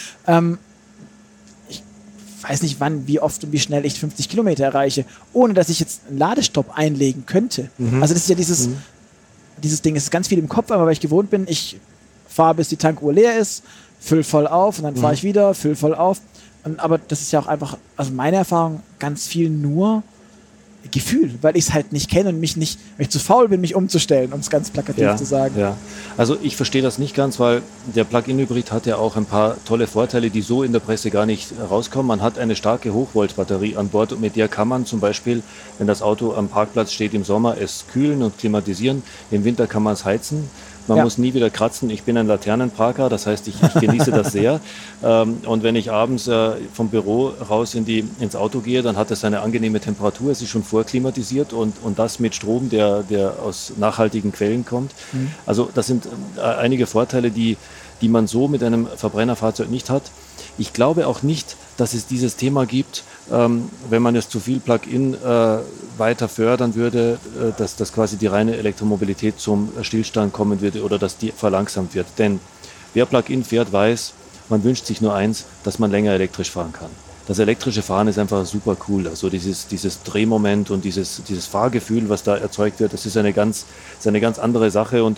Ich weiß nicht, wann, wie oft und wie schnell ich 50 Kilometer erreiche, ohne dass ich jetzt einen Ladestopp einlegen könnte. Also das ist ja dieses Ding, es ist ganz viel im Kopf, aber weil ich gewohnt bin, ich fahre, bis die Tankuhr leer ist, füll voll auf und dann fahre ich wieder, füll voll auf. Aber das ist ja auch einfach, also meine Erfahrung, ganz viel nur Gefühl, weil ich es halt nicht kenne und weil ich zu faul bin, mich umzustellen, um es ganz plakativ zu sagen. Ja, also ich verstehe das nicht ganz, weil der Plug-in-Hybrid hat ja auch ein paar tolle Vorteile, die so in der Presse gar nicht rauskommen. Man hat eine starke Hochvolt-Batterie an Bord und mit der kann man zum Beispiel, wenn das Auto am Parkplatz steht im Sommer, es kühlen und klimatisieren. Im Winter kann man es heizen. Man muss nie wieder kratzen. Ich bin ein Laternenparker, das heißt, ich genieße das sehr. Und wenn ich abends vom Büro raus ins Auto gehe, dann hat es eine angenehme Temperatur. Es ist schon vorklimatisiert und das mit Strom, der aus nachhaltigen Quellen kommt. Also das sind einige Vorteile, die man so mit einem Verbrennerfahrzeug nicht hat. Ich glaube auch nicht, dass es dieses Thema gibt, wenn man es zu viel Plug-in weiter fördern würde, dass quasi die reine Elektromobilität zum Stillstand kommen würde oder dass die verlangsamt wird. Denn wer Plug-in fährt, weiß, man wünscht sich nur eins, dass man länger elektrisch fahren kann. Das elektrische Fahren ist einfach super cool. Also dieses Drehmoment und dieses Fahrgefühl, was da erzeugt wird, das ist eine ganz andere Sache. Und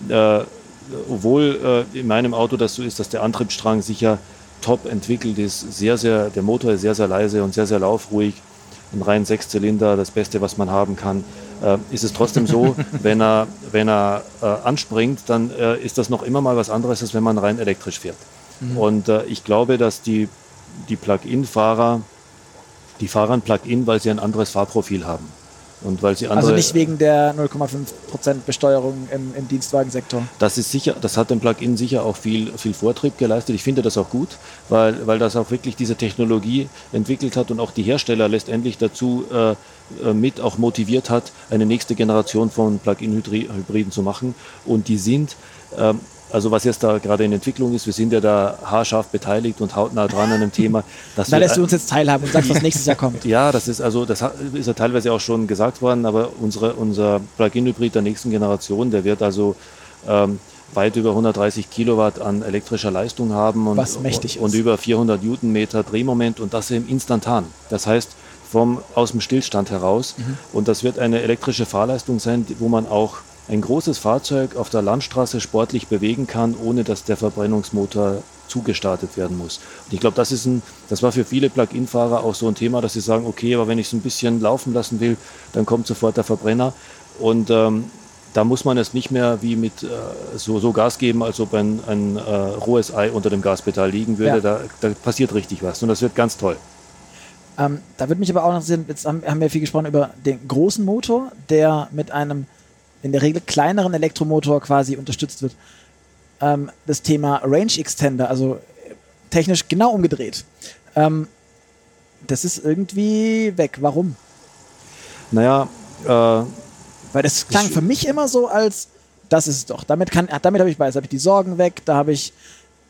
obwohl in meinem Auto das so ist, dass der Antriebsstrang sicher top entwickelt ist, der Motor ist sehr, sehr leise und sehr, sehr laufruhig, ein rein 6-Zylinder, das Beste, was man haben kann, ist es trotzdem so, wenn er anspringt, dann ist das noch immer mal was anderes, als wenn man rein elektrisch fährt. Und ich glaube, dass die Plug-in-Fahrer, die fahren Plug-in, weil sie ein anderes Fahrprofil haben. Und weil sie also nicht wegen der 0,5% Besteuerung im Dienstwagensektor? Das ist sicher, das hat dem Plug-in sicher auch viel Vortrieb geleistet. Ich finde das auch gut, weil das auch wirklich diese Technologie entwickelt hat und auch die Hersteller letztendlich dazu mit auch motiviert hat, eine nächste Generation von Plug-in-Hybriden zu machen. Und die sind, also was jetzt da gerade in Entwicklung ist, wir sind ja da haarscharf beteiligt und hautnah dran an dem Thema. Da lässt du uns jetzt teilhaben und sagst, was nächstes Jahr kommt. Ja, das ist ja teilweise auch schon gesagt worden, aber unser Plug-in-Hybrid der nächsten Generation, der wird also weit über 130 Kilowatt an elektrischer Leistung haben und über 400 Newtonmeter Drehmoment und das im Instantan. Das heißt, aus dem Stillstand heraus. Und das wird eine elektrische Fahrleistung sein, wo man auch ein großes Fahrzeug auf der Landstraße sportlich bewegen kann, ohne dass der Verbrennungsmotor zugestartet werden muss. Und ich glaube, das war für viele Plug-in-Fahrer auch so ein Thema, dass sie sagen, okay, aber wenn ich es ein bisschen laufen lassen will, dann kommt sofort der Verbrenner. Und da muss man es nicht mehr wie mit so Gas geben, als ob ein rohes Ei unter dem Gaspedal liegen würde. Ja. Da passiert richtig was und das wird ganz toll. Da würde mich aber auch noch interessieren, jetzt haben wir viel gesprochen über den großen Motor, der mit einem in der Regel kleineren Elektromotor quasi unterstützt wird. Das Thema Range Extender, also technisch genau umgedreht. Das ist irgendwie weg. Warum? Naja, weil das klang für mich immer so, als das ist es doch. Damit habe ich die Sorgen weg, da habe ich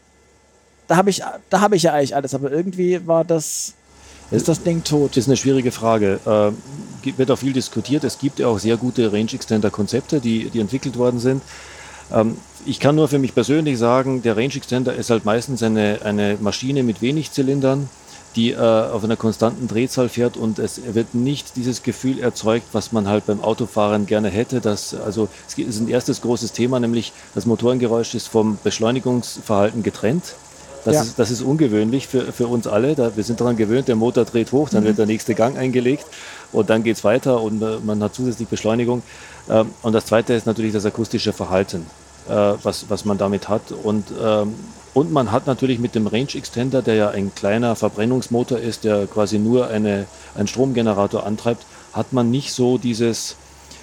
da habe ich ja eigentlich alles, aber irgendwie ist das Ding tot. Das ist eine schwierige Frage. Wird auch viel diskutiert. Es gibt ja auch sehr gute Range-Extender-Konzepte, die entwickelt worden sind. Ich kann nur für mich persönlich sagen, der Range-Extender ist halt meistens eine Maschine mit wenig Zylindern, die auf einer konstanten Drehzahl fährt, und es wird nicht dieses Gefühl erzeugt, was man halt beim Autofahren gerne hätte. Es ist ein erstes großes Thema, nämlich das Motorengeräusch ist vom Beschleunigungsverhalten getrennt. Das ist ungewöhnlich für uns alle. Wir sind daran gewöhnt, der Motor dreht hoch, dann wird der nächste Gang eingelegt und dann geht es weiter und man hat zusätzlich Beschleunigung. Und das Zweite ist natürlich das akustische Verhalten, was man damit hat. Und man hat natürlich mit dem Range Extender, der ja ein kleiner Verbrennungsmotor ist, der quasi nur einen Stromgenerator antreibt, hat man nicht so dieses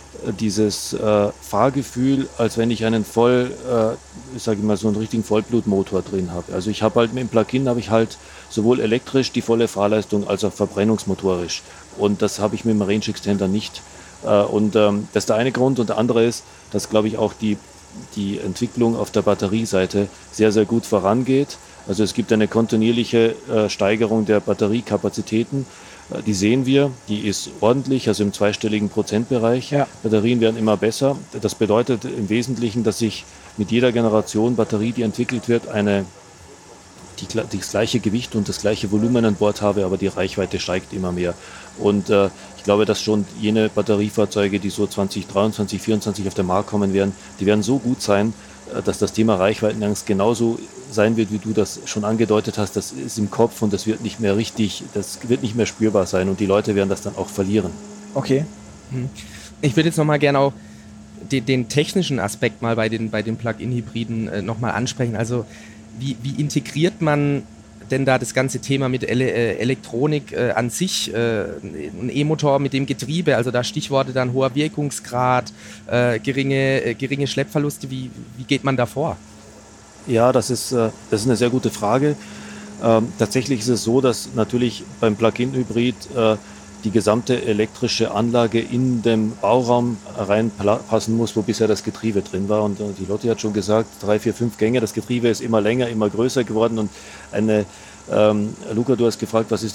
Fahrgefühl, als wenn ich einen so einen richtigen Vollblutmotor drin habe. Also ich habe halt mit dem Plug-in sowohl elektrisch die volle Fahrleistung als auch verbrennungsmotorisch. Und das habe ich mit dem Range Extender nicht. Das ist der eine Grund. Und der andere ist, dass, glaube ich, auch die Entwicklung auf der Batterieseite sehr, sehr gut vorangeht. Also es gibt eine kontinuierliche Steigerung der Batteriekapazitäten. Die sehen wir, die ist ordentlich, also im zweistelligen Prozentbereich. Ja. Batterien werden immer besser. Das bedeutet im Wesentlichen, dass ich mit jeder Generation Batterie, die entwickelt wird, das gleiche Gewicht und das gleiche Volumen an Bord habe, aber die Reichweite steigt immer mehr. Und ich glaube, dass schon jene Batteriefahrzeuge, die so 2023, 2024 auf den Markt kommen werden, die werden so gut sein, dass das Thema Reichweitenangst genauso sein wird, wie du das schon angedeutet hast. Das ist im Kopf und das wird nicht mehr spürbar sein und die Leute werden das dann auch verlieren. Okay. Ich würde jetzt nochmal gerne auch den technischen Aspekt mal bei den Plug-in-Hybriden nochmal ansprechen. Also wie integriert man denn da das ganze Thema mit Elektronik an sich, ein E-Motor mit dem Getriebe, also da Stichworte dann hoher Wirkungsgrad, geringe Schleppverluste, wie geht man da vor? Ja, das ist eine sehr gute Frage. Tatsächlich ist es so, dass natürlich beim Plug-in-Hybrid die gesamte elektrische Anlage in den Bauraum reinpassen muss, wo bisher das Getriebe drin war. Und die Lotti hat schon gesagt, 3, 4, 5 Gänge, das Getriebe ist immer länger, immer größer geworden. Und Luca, du hast gefragt, was sind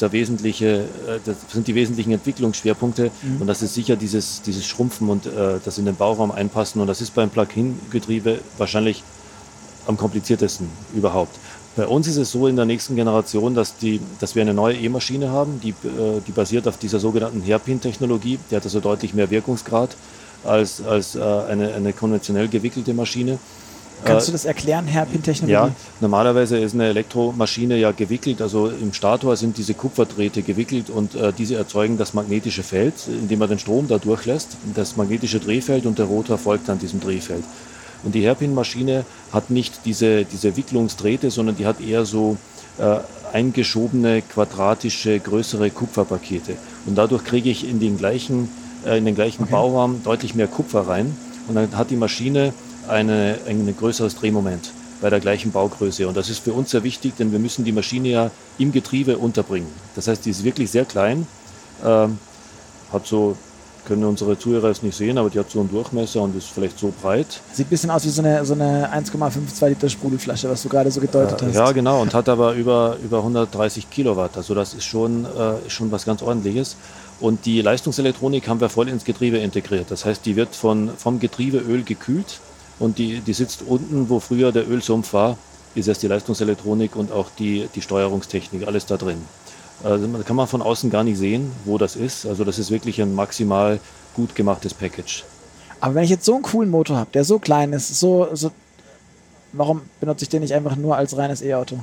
die wesentlichen Entwicklungsschwerpunkte? Und das ist sicher dieses Schrumpfen und das in den Bauraum einpassen. Und das ist beim Plug-in-Getriebe wahrscheinlich am kompliziertesten überhaupt. Bei uns ist es so in der nächsten Generation, dass wir eine neue E-Maschine haben, die basiert auf dieser sogenannten Hairpin-Technologie. Die hat also deutlich mehr Wirkungsgrad als eine konventionell gewickelte Maschine. Kannst du das erklären, Hairpin-Technologie? Ja, normalerweise ist eine Elektromaschine ja gewickelt, also im Stator sind diese Kupferdrähte gewickelt und diese erzeugen das magnetische Feld, indem man den Strom da durchlässt, das magnetische Drehfeld, und der Rotor folgt dann diesem Drehfeld. Und die Hairpin-Maschine hat nicht diese Wicklungsdrähte, sondern die hat eher so eingeschobene, quadratische, größere Kupferpakete. Und dadurch kriege ich in den gleichen Bauraum deutlich mehr Kupfer rein. Und dann hat die Maschine ein größeres Drehmoment bei der gleichen Baugröße. Und das ist für uns sehr wichtig, denn wir müssen die Maschine ja im Getriebe unterbringen. Das heißt, die ist wirklich sehr klein, können unsere Zuhörer es nicht sehen, aber die hat so einen Durchmesser und ist vielleicht so breit. Sieht ein bisschen aus wie so eine 1,52 Liter Sprudelflasche, was du gerade so gedeutet hast. Ja, genau, und hat aber über 130 Kilowatt. Also das ist schon was ganz Ordentliches. Und die Leistungselektronik haben wir voll ins Getriebe integriert. Das heißt, die wird vom Getriebeöl gekühlt und die sitzt unten, wo früher der Ölsumpf war, ist erst die Leistungselektronik und auch die Steuerungstechnik, alles da drin. Also kann man von außen gar nicht sehen, wo das ist. Also das ist wirklich ein maximal gut gemachtes Package. Aber wenn ich jetzt so einen coolen Motor habe, der so klein ist, warum benutze ich den nicht einfach nur als reines E-Auto?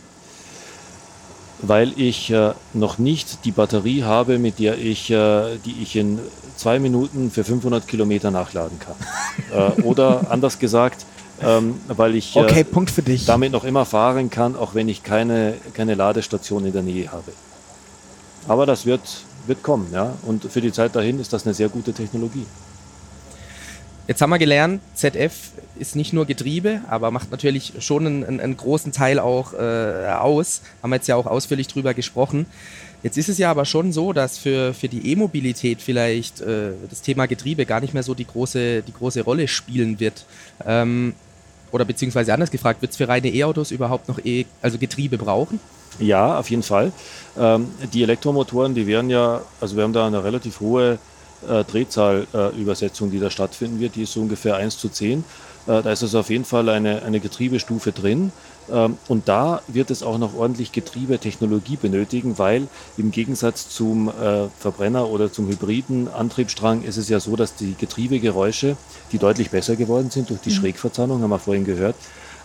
Weil ich noch nicht die Batterie habe, die ich in 2 Minuten für 500 Kilometer nachladen kann. Oder anders gesagt, weil ich Punkt für dich. Damit noch immer fahren kann, auch wenn ich keine Ladestation in der Nähe habe. Aber das wird kommen, ja. Und für die Zeit dahin ist das eine sehr gute Technologie. Jetzt haben wir gelernt, ZF ist nicht nur Getriebe, aber macht natürlich schon einen großen Teil auch aus. Haben wir jetzt ja auch ausführlich drüber gesprochen. Jetzt ist es ja aber schon so, dass für die E-Mobilität vielleicht das Thema Getriebe gar nicht mehr so die große Rolle spielen wird. oder beziehungsweise anders gefragt, wird es für reine E-Autos überhaupt noch Getriebe brauchen? Ja, auf jeden Fall. Die Elektromotoren, die werden ja, also wir haben da eine relativ hohe Drehzahlübersetzung, die da stattfinden wird, die ist so ungefähr 1:10. Da ist also auf jeden Fall eine Getriebestufe drin. Und da wird es auch noch ordentlich Getriebetechnologie benötigen, weil im Gegensatz zum Verbrenner oder zum hybriden Antriebsstrang ist es ja so, dass die Getriebegeräusche, die deutlich besser geworden sind durch die Schrägverzahnung, haben wir vorhin gehört,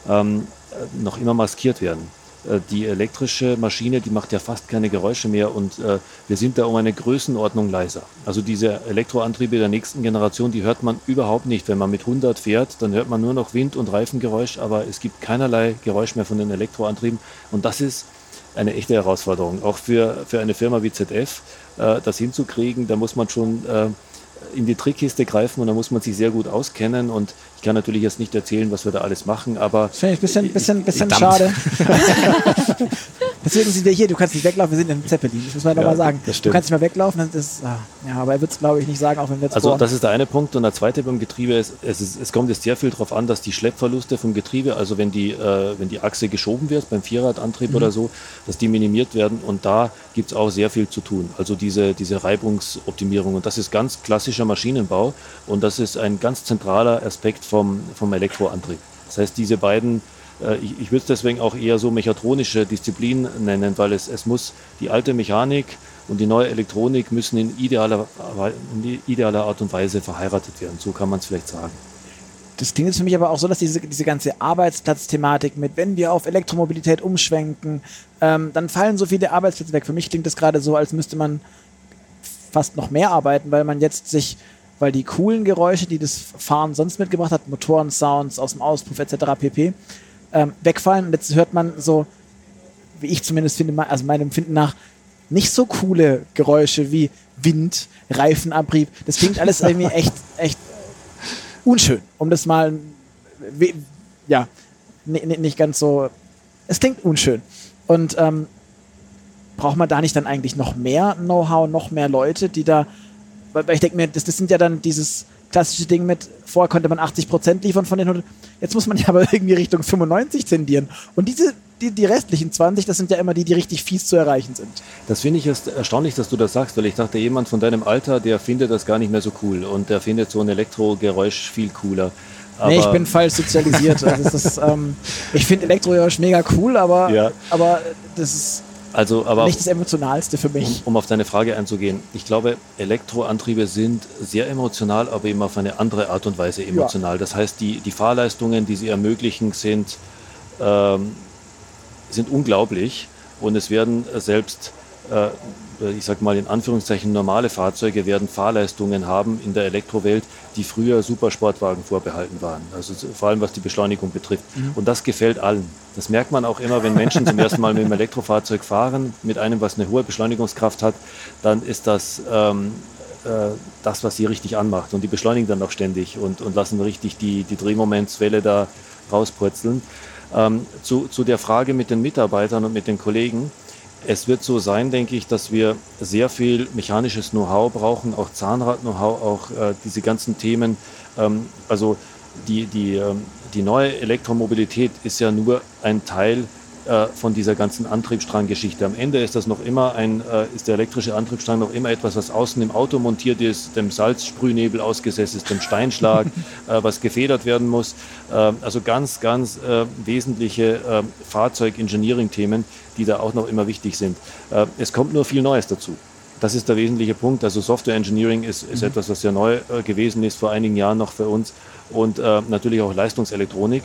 noch immer maskiert werden. Die elektrische Maschine, die macht ja fast keine Geräusche mehr und wir sind da um eine Größenordnung leiser. Also diese Elektroantriebe der nächsten Generation, die hört man überhaupt nicht. Wenn man mit 100 fährt, dann hört man nur noch Wind- und Reifengeräusch, aber es gibt keinerlei Geräusch mehr von den Elektroantrieben und das ist eine echte Herausforderung. Auch für eine Firma wie ZF, das hinzukriegen, da muss man schon in die Trickkiste greifen und da muss man sich sehr gut auskennen und ich kann natürlich jetzt nicht erzählen, was wir da alles machen, aber... Das finde ich ein bisschen schade. Deswegen sind wir hier, du kannst nicht weglaufen, wir sind in Zeppelin, das muss man nochmal sagen. Du kannst nicht mehr weglaufen, aber er wird es glaube ich nicht sagen, auch wenn wir jetzt Also das ist der eine Punkt und der zweite beim Getriebe ist, es kommt jetzt sehr viel darauf an, dass die Schleppverluste vom Getriebe, also wenn die Achse geschoben wird, beim Vierradantrieb oder so, dass die minimiert werden und da gibt es auch sehr viel zu tun. Also diese Reibungsoptimierung und das ist ganz klassischer Maschinenbau und das ist ein ganz zentraler Aspekt vom Elektroantrieb. Das heißt, diese beiden, ich würde es deswegen auch eher so mechatronische Disziplin nennen, weil es muss die alte Mechanik und die neue Elektronik müssen in idealer Art und Weise verheiratet werden. So kann man es vielleicht sagen. Das klingt jetzt für mich aber auch so, dass diese ganze Arbeitsplatzthematik mit, wenn wir auf Elektromobilität umschwenken, dann fallen so viele Arbeitsplätze weg. Für mich klingt das gerade so, als müsste man fast noch mehr arbeiten, weil man jetzt weil die coolen Geräusche, die das Fahren sonst mitgebracht hat, Motoren-Sounds aus dem Auspuff etc. pp., wegfallen. Und jetzt hört man so, wie ich zumindest finde, also meinem Empfinden nach, nicht so coole Geräusche wie Wind, Reifenabrieb. Das klingt alles irgendwie echt unschön, um das mal, nicht ganz so, es klingt unschön. Und braucht man da nicht dann eigentlich noch mehr Know-how, noch mehr Leute, die da, weil ich denke mir, das sind ja dann dieses klassische Ding mit, vorher konnte man 80% liefern von den 100, jetzt muss man ja aber irgendwie Richtung 95 tendieren. Und die restlichen 20, das sind ja immer die richtig fies zu erreichen sind. Das finde ich erstaunlich, dass du das sagst, weil ich dachte, jemand von deinem Alter, der findet das gar nicht mehr so cool und der findet so ein Elektrogeräusch viel cooler. Aber nee, ich bin falsch sozialisiert. Ich finde Elektrogeräusch mega cool, aber das ist nicht das Emotionalste für mich. Um auf deine Frage einzugehen, ich glaube, Elektroantriebe sind sehr emotional, aber eben auf eine andere Art und Weise emotional. Ja. Das heißt, die Fahrleistungen, die sie ermöglichen, sind unglaublich und es werden selbst, ich sag mal in Anführungszeichen, normale Fahrzeuge werden Fahrleistungen haben in der Elektrowelt, die früher Supersportwagen vorbehalten waren. Also vor allem was die Beschleunigung betrifft. Und das gefällt allen. Das merkt man auch immer, wenn Menschen zum ersten Mal mit einem Elektrofahrzeug fahren, mit einem, was eine hohe Beschleunigungskraft hat, dann ist das was sie richtig anmacht. Und die beschleunigen dann auch ständig und lassen richtig die Drehmomentswelle da rauspurzeln. Zu der Frage mit den Mitarbeitern und mit den Kollegen. Es wird so sein, denke ich, dass wir sehr viel mechanisches Know-how brauchen, auch Zahnrad-Know-how, auch diese ganzen Themen. Also die neue Elektromobilität ist ja nur ein Teil von dieser ganzen Antriebsstranggeschichte. Am Ende ist das noch immer ist der elektrische Antriebsstrang noch immer etwas, was außen im Auto montiert ist, dem Salzsprühnebel ausgesetzt ist, dem Steinschlag, was gefedert werden muss. Also ganz, ganz wesentliche Fahrzeug-Engineering-Themen, die da auch noch immer wichtig sind. Es kommt nur viel Neues dazu. Das ist der wesentliche Punkt. Also Software Engineering ist etwas, was sehr neu gewesen ist, vor einigen Jahren noch für uns. Und natürlich auch Leistungselektronik,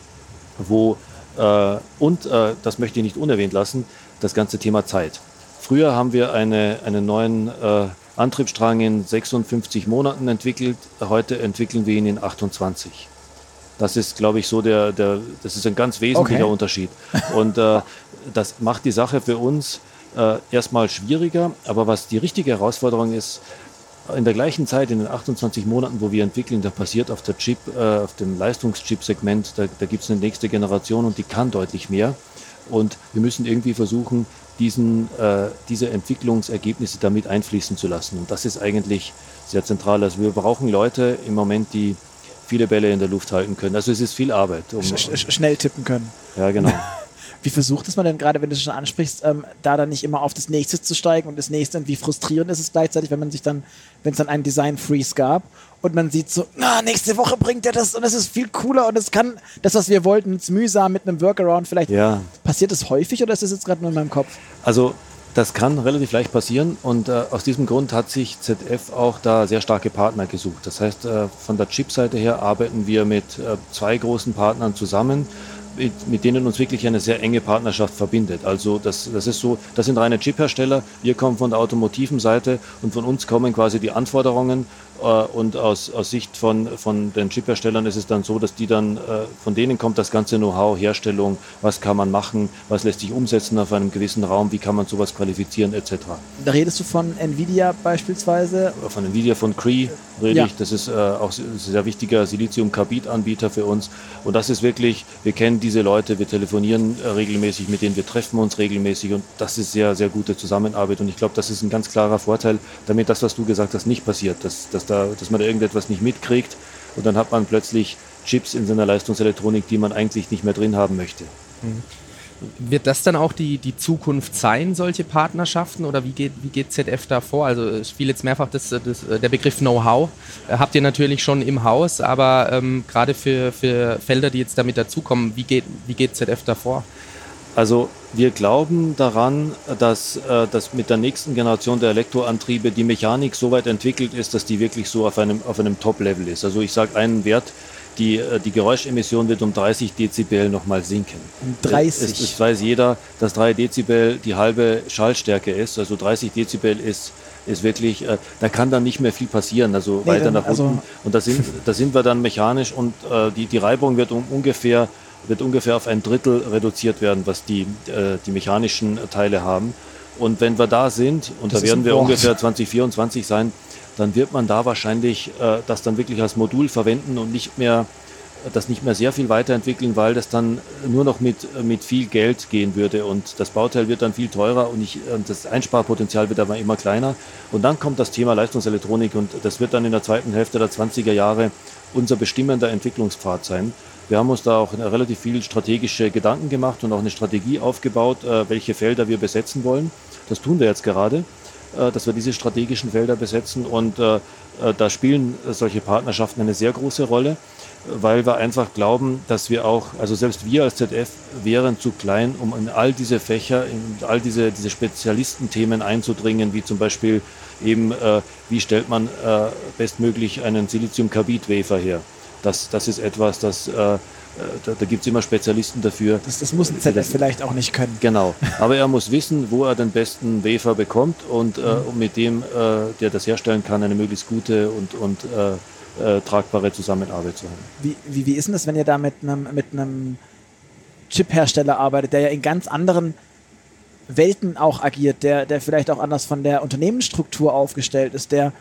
das möchte ich nicht unerwähnt lassen, das ganze Thema Zeit. Früher haben wir einen neuen Antriebsstrang in 56 Monaten entwickelt, heute entwickeln wir ihn in 28. Das ist, glaube ich, so das ist ein ganz wesentlicher Unterschied. Und das macht die Sache für uns erstmal schwieriger, aber was die richtige Herausforderung ist, in der gleichen Zeit, in den 28 Monaten, wo wir entwickeln, da passiert auf dem Leistungschip-Segment, da gibt es eine nächste Generation und die kann deutlich mehr. Und wir müssen irgendwie versuchen, diese Entwicklungsergebnisse damit einfließen zu lassen. Und das ist eigentlich sehr zentral. Also wir brauchen Leute im Moment, die viele Bälle in der Luft halten können. Also es ist viel Arbeit. Schnell tippen können. Ja, genau. Wie versucht es man denn gerade, wenn du es schon ansprichst, da dann nicht immer auf das Nächste zu steigen und das Nächste, und wie frustrierend ist es gleichzeitig, wenn es dann einen Design-Freeze gab und man sieht so, nächste Woche bringt er das und es ist viel cooler und es kann das, was wir wollten, jetzt mühsam mit einem Workaround vielleicht. Ja. Passiert das häufig oder ist das jetzt gerade nur in meinem Kopf? Also das kann relativ leicht passieren und aus diesem Grund hat sich ZF auch da sehr starke Partner gesucht. Das heißt, von der Chip-Seite her arbeiten wir mit 2 großen Partnern zusammen, mit denen uns wirklich eine sehr enge Partnerschaft verbindet. Also das ist so, das sind reine Chip-Hersteller, wir kommen von der automotiven Seite und von uns kommen quasi die Anforderungen und aus Sicht von den Chip-Herstellern ist es dann so, dass die dann, von denen kommt das ganze Know-how, Herstellung, was kann man machen, was lässt sich umsetzen auf einem gewissen Raum, wie kann man sowas qualifizieren etc. Da redest du von Nvidia beispielsweise? Von Nvidia, von Cree rede ich, das ist auch ein sehr wichtiger Silizium-Carbid-Anbieter für uns und das ist wirklich, wir kennen diese Leute, wir telefonieren regelmäßig mit denen, wir treffen uns regelmäßig und das ist sehr, sehr gute Zusammenarbeit und ich glaube, das ist ein ganz klarer Vorteil, damit das, was du gesagt hast, nicht passiert, dass man da irgendetwas nicht mitkriegt und dann hat man plötzlich Chips in seiner Leistungselektronik, die man eigentlich nicht mehr drin haben möchte. Wird das dann auch die Zukunft sein, solche Partnerschaften oder wie geht ZF da vor? Also es fiel jetzt mehrfach der Begriff Know-how, habt ihr natürlich schon im Haus, aber gerade für Felder, die jetzt damit dazukommen, wie geht ZF da vor? Also wir glauben daran, dass mit der nächsten Generation der Elektroantriebe die Mechanik so weit entwickelt ist, dass die wirklich so auf einem Top-Level ist. Also ich sage einen Wert, die Geräuschemission wird um 30 Dezibel nochmal sinken. 30? Es weiß jeder, dass 3 Dezibel die halbe Schallstärke ist. Also 30 Dezibel ist wirklich, da kann dann nicht mehr viel passieren, also weiter nach unten. Und da sind wir dann mechanisch und die Reibung wird ungefähr auf ein Drittel reduziert werden, was die mechanischen Teile haben. Und wenn wir da sind, und da werden wir ungefähr 2024 sein, dann wird man da wahrscheinlich das dann wirklich als Modul verwenden und das nicht mehr sehr viel weiterentwickeln, weil das dann nur noch mit viel Geld gehen würde und das Bauteil wird dann viel teurer und das Einsparpotenzial wird aber immer kleiner. Und dann kommt das Thema Leistungselektronik und das wird dann in der zweiten Hälfte der 20er Jahre unser bestimmender Entwicklungspfad sein. Wir haben uns da auch relativ viel strategische Gedanken gemacht und auch eine Strategie aufgebaut, welche Felder wir besetzen wollen. Das tun wir jetzt gerade, dass wir diese strategischen Felder besetzen und da spielen solche Partnerschaften eine sehr große Rolle, weil wir einfach glauben, dass wir auch, also selbst wir als ZF wären zu klein, um in all diese Fächer, in all diese Spezialistenthemen einzudringen, wie zum Beispiel eben, wie stellt man bestmöglich einen Silizium-Carbid-Wafer her. Das ist etwas, da gibt es immer Spezialisten dafür. Das muss ein ZF vielleicht auch nicht können. Genau, aber er muss wissen, wo er den besten Wafer bekommt und mit dem, der das herstellen kann, eine möglichst gute und tragbare Zusammenarbeit zu haben. Wie ist denn das, wenn ihr da mit einem Chip-Hersteller arbeitet, der ja in ganz anderen Welten auch agiert, der vielleicht auch anders von der Unternehmensstruktur aufgestellt ist, der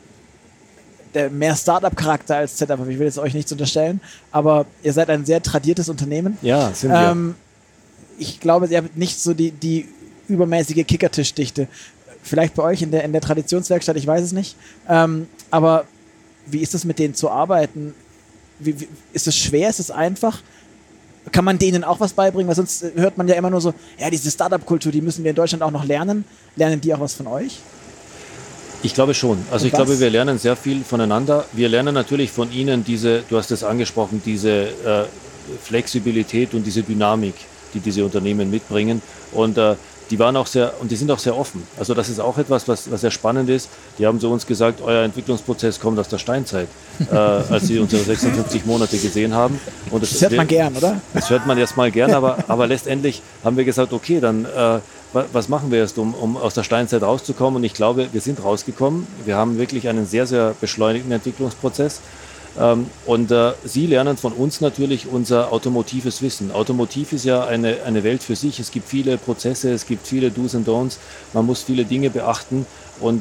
mehr Startup-Charakter als ZF, ich will jetzt euch nichts unterstellen, aber ihr seid ein sehr tradiertes Unternehmen. Ja, sind wir. Ich glaube, ihr habt nicht so die übermäßige Kickertischdichte. Vielleicht bei euch in der Traditionswerkstatt, ich weiß es nicht. Aber wie ist es mit denen zu arbeiten? Ist es schwer? Ist es einfach? Kann man denen auch was beibringen? Weil sonst hört man ja immer nur so, ja, diese Startup-Kultur, die müssen wir in Deutschland auch noch lernen. Lernen die auch was von euch? Ich glaube schon. Also ich glaube, wir lernen sehr viel voneinander. Wir lernen natürlich von Ihnen du hast es angesprochen, diese Flexibilität und diese Dynamik, die diese Unternehmen mitbringen. Und die sind auch sehr offen. Also das ist auch etwas, was sehr spannend ist. Die haben zu uns gesagt, euer Entwicklungsprozess kommt aus der Steinzeit, als sie unsere 56 Monate gesehen haben. Und das hört man gern, oder? Das hört man erstmal gern, aber letztendlich haben wir gesagt, okay, dann was machen wir jetzt, um aus der Steinzeit rauszukommen? Und ich glaube, wir sind rausgekommen. Wir haben wirklich einen sehr, sehr beschleunigten Entwicklungsprozess. Und Sie lernen von uns natürlich unser automotives Wissen. Automotiv ist ja eine Welt für sich. Es gibt viele Prozesse, es gibt viele Do's und Don'ts. Man muss viele Dinge beachten. Und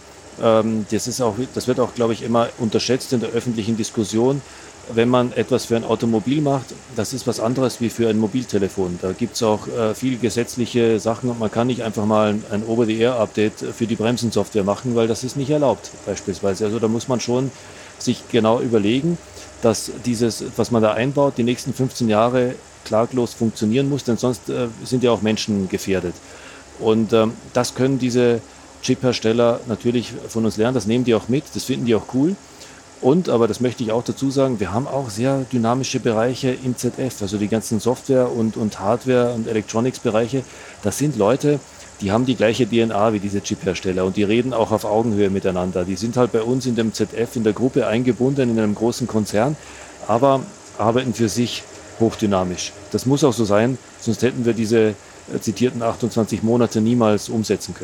das wird auch, glaube ich, immer unterschätzt in der öffentlichen Diskussion. Wenn man etwas für ein Automobil macht, das ist was anderes wie für ein Mobiltelefon. Da gibt es auch viel gesetzliche Sachen und man kann nicht einfach mal ein Over-the-Air-Update für die Bremsensoftware machen, weil das ist nicht erlaubt beispielsweise. Also da muss man schon sich genau überlegen, dass dieses, was man da einbaut, die nächsten 15 Jahre klaglos funktionieren muss, denn sonst sind ja auch Menschen gefährdet. Und das können diese Chip-Hersteller natürlich von uns lernen, das nehmen die auch mit, das finden die auch cool. Und, aber das möchte ich auch dazu sagen, wir haben auch sehr dynamische Bereiche im ZF, also die ganzen Software- und Hardware- und Electronics-Bereiche. Das sind Leute, die haben die gleiche DNA wie diese Chip-Hersteller und die reden auch auf Augenhöhe miteinander. Die sind halt bei uns in dem ZF, in der Gruppe eingebunden, in einem großen Konzern, aber arbeiten für sich hochdynamisch. Das muss auch so sein, sonst hätten wir diese zitierten 28 Monate niemals umsetzen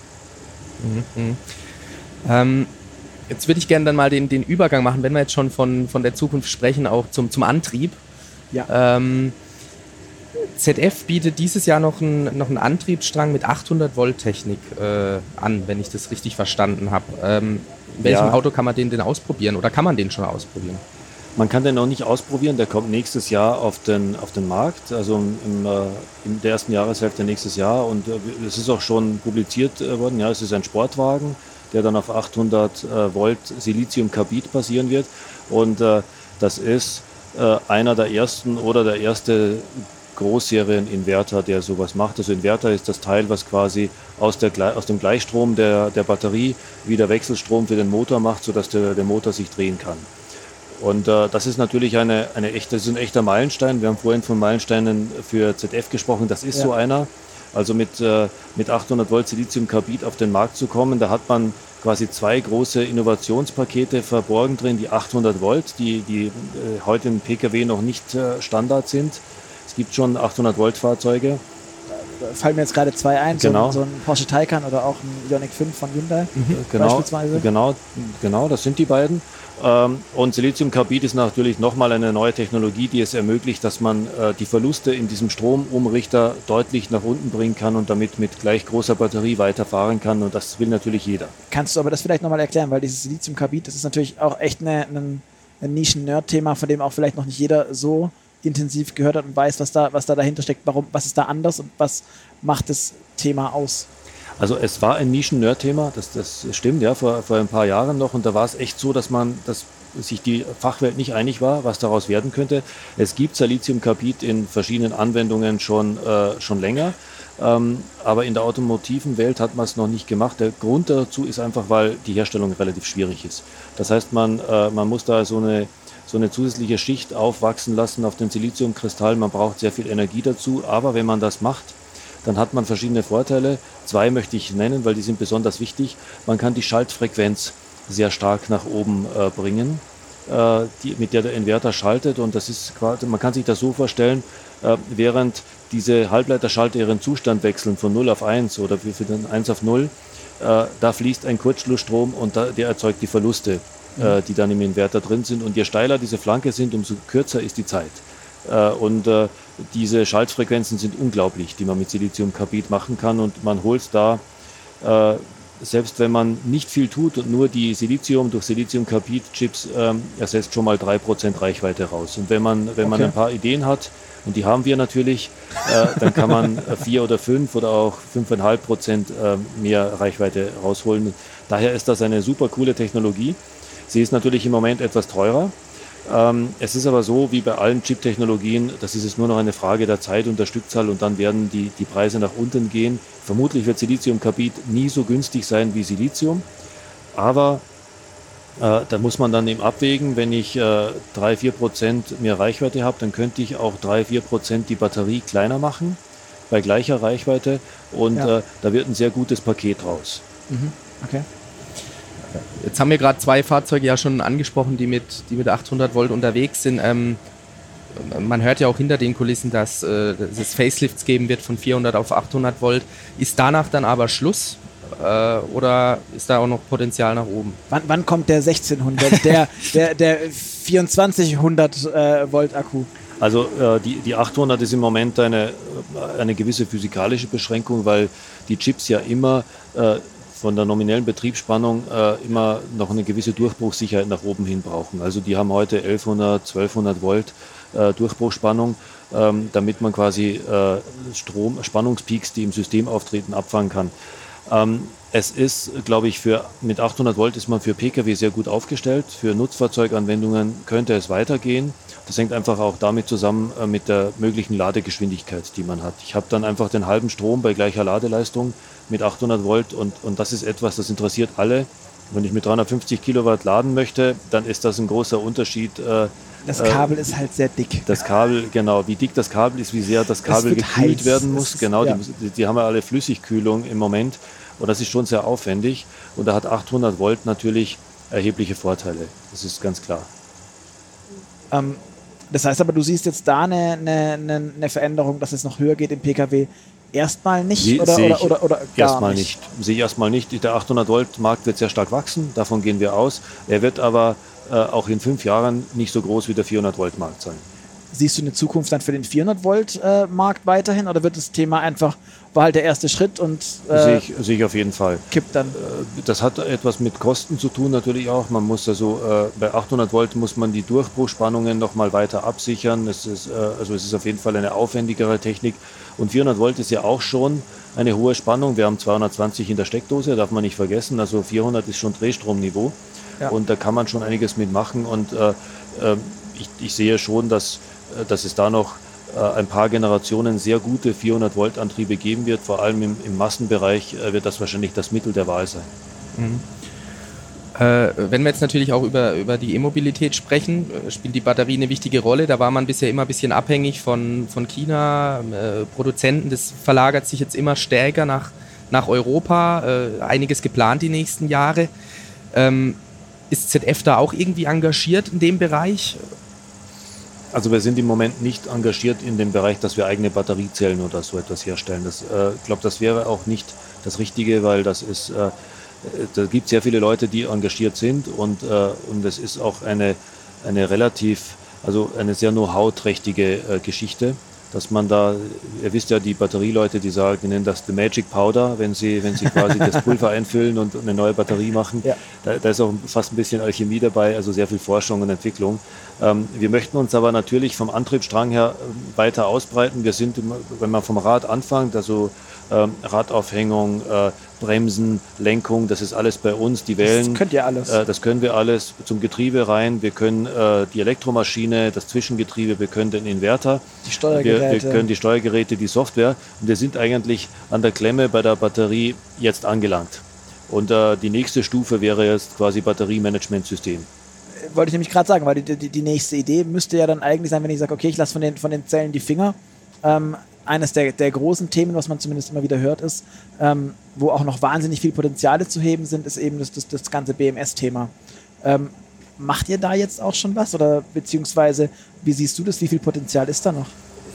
können. Jetzt würde ich gerne dann mal den Übergang machen, wenn wir jetzt schon von der Zukunft sprechen, auch zum Antrieb. Ja. ZF bietet dieses Jahr noch einen Antriebsstrang mit 800 Volt Technik an, wenn ich das richtig verstanden habe. In welchem Auto kann man den denn ausprobieren oder kann man den schon ausprobieren? Man kann den noch nicht ausprobieren, der kommt nächstes Jahr auf den Markt, also in der ersten Jahreshälfte nächstes Jahr und es ist auch schon publiziert worden, ja, es ist ein Sportwagen, der dann auf 800 Volt Siliziumkarbid basieren wird und das ist einer der ersten oder der erste Großserien-Inverter, der sowas macht. Also Inverter ist das Teil, was quasi aus dem Gleichstrom der Batterie wieder Wechselstrom für den Motor macht, sodass der Motor sich drehen kann. Und das ist natürlich das ist ein echter Meilenstein. Wir haben vorhin von Meilensteinen für ZF gesprochen. Das ist so einer. Also mit 800 Volt Siliziumkarbid auf den Markt zu kommen, da hat man quasi zwei große Innovationspakete verborgen drin, die 800 Volt, die heute im Pkw noch nicht Standard sind. Es gibt schon 800 Volt Fahrzeuge. Da fallen mir jetzt gerade zwei ein, genau. so ein Porsche Taycan oder auch ein Ioniq 5 von Hyundai beispielsweise. Genau, das sind die beiden. Und Siliziumkarbid ist natürlich nochmal eine neue Technologie, die es ermöglicht, dass man die Verluste in diesem Stromumrichter deutlich nach unten bringen kann und damit mit gleich großer Batterie weiterfahren kann. Und das will natürlich jeder. Kannst du aber das vielleicht nochmal erklären, weil dieses Siliziumkarbid, das ist natürlich auch echt ein Nischen-Nerd-Thema, von dem auch vielleicht noch nicht jeder so intensiv gehört hat und weiß, was da dahinter steckt, was ist da anders und was macht das Thema aus? Also es war ein Nischen-Nerd-Thema, das stimmt, ja, vor ein paar Jahren noch und da war es echt so, dass sich die Fachwelt nicht einig war, was daraus werden könnte. Es gibt Siliziumkarbid in verschiedenen Anwendungen schon länger, aber in der automotiven Welt hat man es noch nicht gemacht. Der Grund dazu ist einfach, weil die Herstellung relativ schwierig ist. Das heißt, man muss da so eine zusätzliche Schicht aufwachsen lassen auf den Siliziumkristall. Man braucht sehr viel Energie dazu, aber wenn man das macht, dann hat man verschiedene Vorteile. Zwei möchte ich nennen, weil die sind besonders wichtig. Man kann die Schaltfrequenz sehr stark nach oben bringen, mit der Inverter schaltet. Und das ist quasi, man kann sich das so vorstellen, während diese Halbleiterschalter ihren Zustand wechseln von 0 auf 1 oder für den 1 auf 0, da fließt ein Kurzschlussstrom und der erzeugt die Verluste, die dann im Inverter drin sind. Und je steiler diese Flanke sind, umso kürzer ist die Zeit. Und diese Schaltfrequenzen sind unglaublich, die man mit Siliziumkarbid machen kann und man holt da, selbst wenn man nicht viel tut und nur die durch Siliziumkarbid-Chips ersetzt, schon mal 3% Reichweite raus. Und wenn man ein paar Ideen hat, und die haben wir natürlich, dann kann man 4 oder 5 oder auch 5,5% mehr Reichweite rausholen. Daher ist das eine super coole Technologie. Sie ist natürlich im Moment etwas teurer. Es ist aber so, wie bei allen Chip-Technologien, das ist es nur noch eine Frage der Zeit und der Stückzahl und dann werden die Preise nach unten gehen. Vermutlich wird Siliziumkarbid nie so günstig sein wie Silizium, aber da muss man dann eben abwägen, wenn ich 3-4% mehr Reichweite habe, dann könnte ich auch 3-4% die Batterie kleiner machen, bei gleicher Reichweite und da wird ein sehr gutes Paket raus. Okay. Jetzt haben wir gerade zwei Fahrzeuge ja schon angesprochen, die mit 800 Volt unterwegs sind. Man hört ja auch hinter den Kulissen, dass es Facelifts geben wird von 400 auf 800 Volt. Ist danach dann aber Schluss oder ist da auch noch Potenzial nach oben? Wann kommt der 1600, der 2400 Volt Akku? Also die 800 ist im Moment eine gewisse physikalische Beschränkung, weil die Chips ja immer von der nominellen Betriebsspannung immer noch eine gewisse Durchbruchssicherheit nach oben hin brauchen. Also die haben heute 1100, 1200 Volt Durchbruchsspannung, damit man quasi Spannungspeaks, die im System auftreten, abfangen kann. Es ist, glaube ich, mit 800 Volt ist man für Pkw sehr gut aufgestellt. Für Nutzfahrzeuganwendungen könnte es weitergehen. Das hängt einfach auch damit zusammen mit der möglichen Ladegeschwindigkeit, die man hat. Ich habe dann einfach den halben Strom bei gleicher Ladeleistung mit 800 Volt und das ist etwas, das interessiert alle. Wenn ich mit 350 Kilowatt laden möchte, dann ist das ein großer Unterschied. Das Kabel ist halt sehr dick. Das Kabel, genau, wie dick das Kabel ist, wie sehr das Kabel gekühlt werden muss. Genau, ja. Die haben ja alle Flüssigkühlung im Moment und das ist schon sehr aufwendig. Und da hat 800 Volt natürlich erhebliche Vorteile. Das ist ganz klar. Das heißt aber, du siehst jetzt da eine Veränderung, dass es noch höher geht im Pkw. Erstmal nicht oder gar erstmal nicht? Sehe ich erstmal nicht. Der 800 Volt Markt wird sehr stark wachsen, davon gehen wir aus. Er wird aber auch in 5 Jahren nicht so groß wie der 400 Volt Markt sein. Siehst du eine Zukunft dann für den 400 Volt Markt weiterhin oder wird das Thema einfach, war halt der erste Schritt und sehe ich auf jeden Fall. Kippt dann? Das hat etwas mit Kosten zu tun natürlich auch. Man muss also bei 800 Volt muss man die Durchbruchspannungen noch mal weiter absichern. Es ist auf jeden Fall eine aufwendigere Technik. Und 400 Volt ist ja auch schon eine hohe Spannung. Wir haben 220 in der Steckdose, darf man nicht vergessen. Also 400 ist schon Drehstromniveau. Ja. Und da kann man schon einiges mitmachen. Und ich sehe schon, dass es da noch ein paar Generationen sehr gute 400 Volt Antriebe geben wird. Vor allem im Massenbereich wird das wahrscheinlich das Mittel der Wahl sein. Mhm. Wenn wir jetzt natürlich auch über die E-Mobilität sprechen, spielt die Batterie eine wichtige Rolle. Da war man bisher immer ein bisschen abhängig von China, Produzenten. Das verlagert sich jetzt immer stärker nach Europa. Einiges geplant die nächsten Jahre. Ist ZF da auch irgendwie engagiert in dem Bereich? Also wir sind im Moment nicht engagiert in dem Bereich, dass wir eigene Batteriezellen oder so etwas herstellen. Ich glaube, das wäre auch nicht das Richtige, weil da gibt sehr viele Leute, die engagiert sind und es ist auch eine sehr know-how-trächtige Geschichte, dass man da, ihr wisst ja, die Batterieleute, die nennen das the Magic Powder, wenn sie quasi das Pulver einfüllen und eine neue Batterie machen. Ja. Da ist auch fast ein bisschen Alchemie dabei, also sehr viel Forschung und Entwicklung. Wir möchten uns aber natürlich vom Antriebsstrang her weiter ausbreiten. Wir sind, wenn man vom Rad anfängt, also Radaufhängung, Bremsen, Lenkung, das ist alles bei uns. Die Wellen. Das könnt ihr alles. Das können wir alles zum Getriebe rein. Wir können die Elektromaschine, das Zwischengetriebe, wir können den Inverter. Die Steuergeräte. Wir können die Steuergeräte, die Software. Und wir sind eigentlich an der Klemme bei der Batterie jetzt angelangt. Und die nächste Stufe wäre jetzt quasi Batteriemanagementsystem. Wollte ich nämlich gerade sagen, weil die nächste Idee müsste ja dann eigentlich sein, wenn ich sage, okay, ich lasse von den Zellen die Finger. Eines der großen Themen, was man zumindest immer wieder hört, ist, wo auch noch wahnsinnig viel Potenziale zu heben sind, ist eben das ganze BMS-Thema. Macht ihr da jetzt auch schon was? Oder beziehungsweise, wie siehst du das? Wie viel Potenzial ist da noch?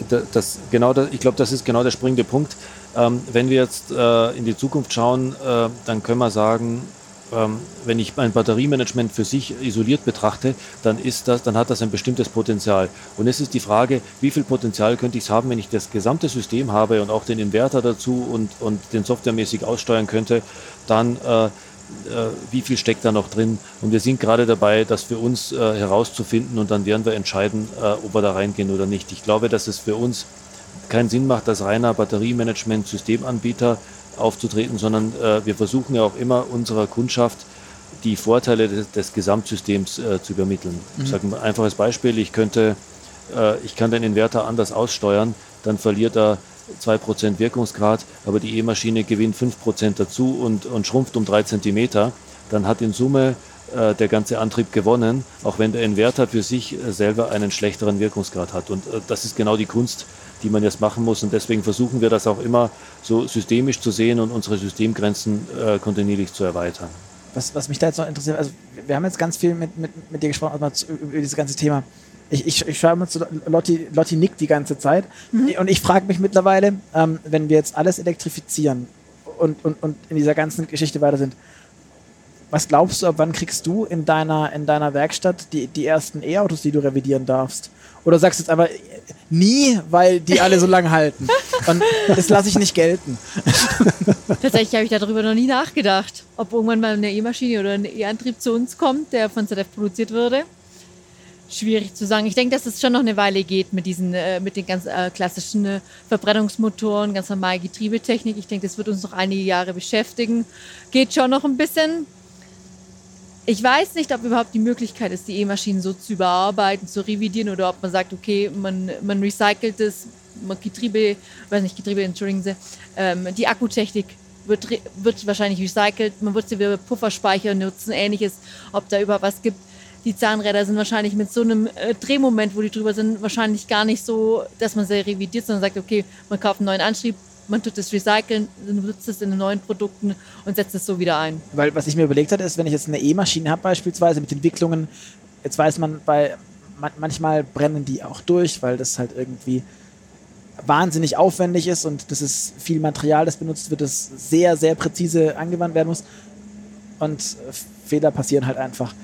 Ich glaube, das ist genau der springende Punkt. Wenn wir jetzt in die Zukunft schauen, dann können wir sagen, wenn ich mein Batteriemanagement für sich isoliert betrachte, dann hat das ein bestimmtes Potenzial. Und es ist die Frage, wie viel Potenzial könnte ich haben, wenn ich das gesamte System habe und auch den Inverter dazu und den softwaremäßig aussteuern könnte, dann wie viel steckt da noch drin? Und wir sind gerade dabei, das für uns herauszufinden und dann werden wir entscheiden, ob wir da reingehen oder nicht. Ich glaube, dass es für uns keinen Sinn macht, als reiner Batteriemanagement-Systemanbieter aufzutreten, sondern wir versuchen ja auch immer unserer Kundschaft die Vorteile des Gesamtsystems zu übermitteln. Ich sage ein einfaches Beispiel, ich kann den Inverter anders aussteuern, dann verliert er 2% Wirkungsgrad, aber die E-Maschine gewinnt 5% dazu und schrumpft um 3 Zentimeter. Dann hat in Summe der ganze Antrieb gewonnen, auch wenn der Inverter für sich selber einen schlechteren Wirkungsgrad hat. Und das ist genau die Kunst, die man jetzt machen muss. Und deswegen versuchen wir das auch immer so systemisch zu sehen und unsere Systemgrenzen kontinuierlich zu erweitern. Was mich da jetzt noch interessiert, also wir haben jetzt ganz viel mit dir gesprochen über dieses ganze Thema. Ich schaue mal zu Lotti nickt die ganze Zeit. Und ich frage mich mittlerweile, wenn wir jetzt alles elektrifizieren und in dieser ganzen Geschichte weiter sind, was glaubst du, ab wann kriegst du in deiner Werkstatt die ersten E-Autos, die du revidieren darfst? Oder sagst du jetzt einfach nie, weil die alle so lange halten? Und das lasse ich nicht gelten. Tatsächlich habe ich darüber noch nie nachgedacht, ob irgendwann mal eine E-Maschine oder ein E-Antrieb zu uns kommt, der von ZF produziert würde. schwierig zu sagen. Ich denke, dass es schon noch eine Weile geht mit den ganz klassischen Verbrennungsmotoren, ganz normal Getriebetechnik. Ich denke, das wird uns noch einige Jahre beschäftigen. Geht schon noch ein bisschen. Ich weiß nicht, ob überhaupt die Möglichkeit ist, die E-Maschinen so zu überarbeiten, zu revidieren oder ob man sagt, okay, man recycelt es, die Akkutechnik wird wahrscheinlich recycelt, man wird sie wieder Pufferspeicher nutzen, ähnliches, ob da überhaupt was gibt. Die Zahnräder sind wahrscheinlich mit so einem Drehmoment, wo die drüber sind, wahrscheinlich gar nicht so, dass man sie revidiert, sondern sagt, okay, man kauft einen neuen Antrieb, man tut das recyceln, nutzt es in den neuen Produkten und setzt es so wieder ein. Weil was ich mir überlegt hatte, ist, wenn ich jetzt eine E-Maschine habe beispielsweise mit Entwicklungen, jetzt weiß man, manchmal brennen die auch durch, weil das halt irgendwie wahnsinnig aufwendig ist und das ist viel Material, das benutzt wird, das sehr, sehr präzise angewandt werden muss und Fehler passieren halt einfach.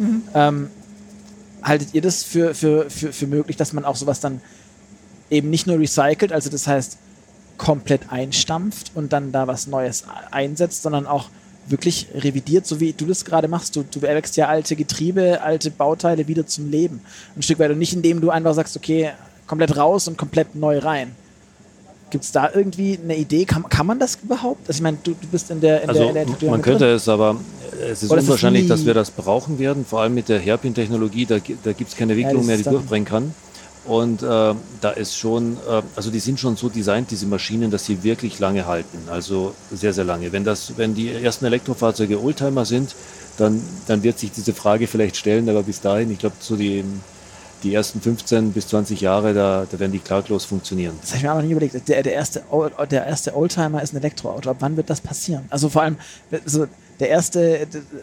Haltet ihr das für möglich, dass man auch sowas dann eben nicht nur recycelt, also das heißt komplett einstampft und dann da was Neues einsetzt, sondern auch wirklich revidiert, so wie du das gerade machst. Du erweckst ja alte Getriebe, alte Bauteile wieder zum Leben. Ein Stück weit und nicht, indem du einfach sagst, okay, komplett raus und komplett neu rein. Gibt es da irgendwie eine Idee? Kann man das überhaupt? Also ich meine, du bist in der man könnte es, aber es ist unwahrscheinlich, dass wir das brauchen werden, vor allem mit der Hairpin-Technologie, da gibt es keine Wicklung mehr, die durchbrennen kann. Und da ist schon, also die sind schon so designt, diese Maschinen, dass sie wirklich lange halten, also sehr, sehr lange. Wenn die ersten Elektrofahrzeuge Oldtimer sind, dann wird sich diese Frage vielleicht stellen, aber bis dahin, ich glaube, so die ersten 15 bis 20 Jahre, da werden die klaglos funktionieren. Das habe ich mir aber nie überlegt. Der erste Oldtimer ist ein Elektroauto. Ab wann wird das passieren? Also vor allem, so der erste...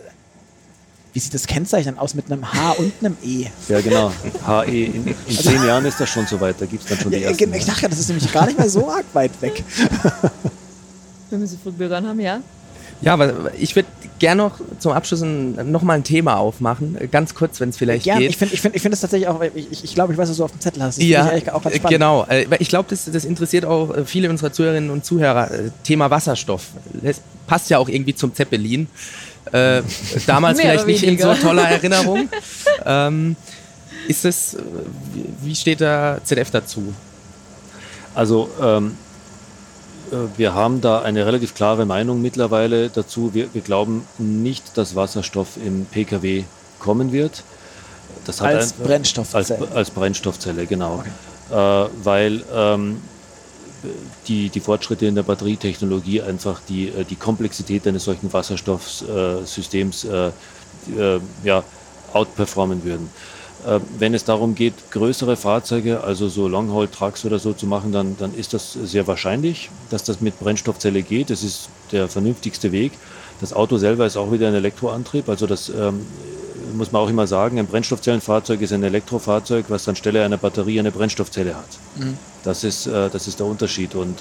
Wie sieht das Kennzeichen aus mit einem H und einem E? Ja, genau. HE. In 10 Jahren ist das schon soweit. Da gibt es dann schon die ersten. Ich dachte, das ist nämlich gar nicht mehr so arg weit weg. Wenn wir so früh begonnen haben, ja. Ja, aber ich würde gerne noch zum Abschluss noch mal ein Thema aufmachen. Ganz kurz, wenn es vielleicht geht. Ich finde das tatsächlich auch, ich glaube, ich weiß, was du auf dem Zettel hast. Das ja, finde ich auch ganz spannend. Genau. Ich glaube, das interessiert auch viele unserer Zuhörerinnen und Zuhörer. Thema Wasserstoff. Das passt ja auch irgendwie zum Zeppelin. Damals vielleicht nicht in so toller Erinnerung. Wie steht der ZF dazu? Also wir haben da eine relativ klare Meinung mittlerweile dazu. Wir glauben nicht, dass Wasserstoff im Pkw kommen wird. Das hat als Brennstoffzelle. Als Brennstoffzelle, genau. Okay. Weil die Fortschritte in der Batterietechnologie einfach die Komplexität eines solchen Wasserstoffsystems outperformen würden. Wenn es darum geht, größere Fahrzeuge, also so Long-Haul-Trucks oder so zu machen, dann ist das sehr wahrscheinlich, dass das mit Brennstoffzelle geht. Das ist der vernünftigste Weg. Das Auto selber ist auch wieder ein Elektroantrieb, also das muss man auch immer sagen, ein Brennstoffzellenfahrzeug ist ein Elektrofahrzeug, was anstelle einer Batterie eine Brennstoffzelle hat. Mhm. Das ist der Unterschied und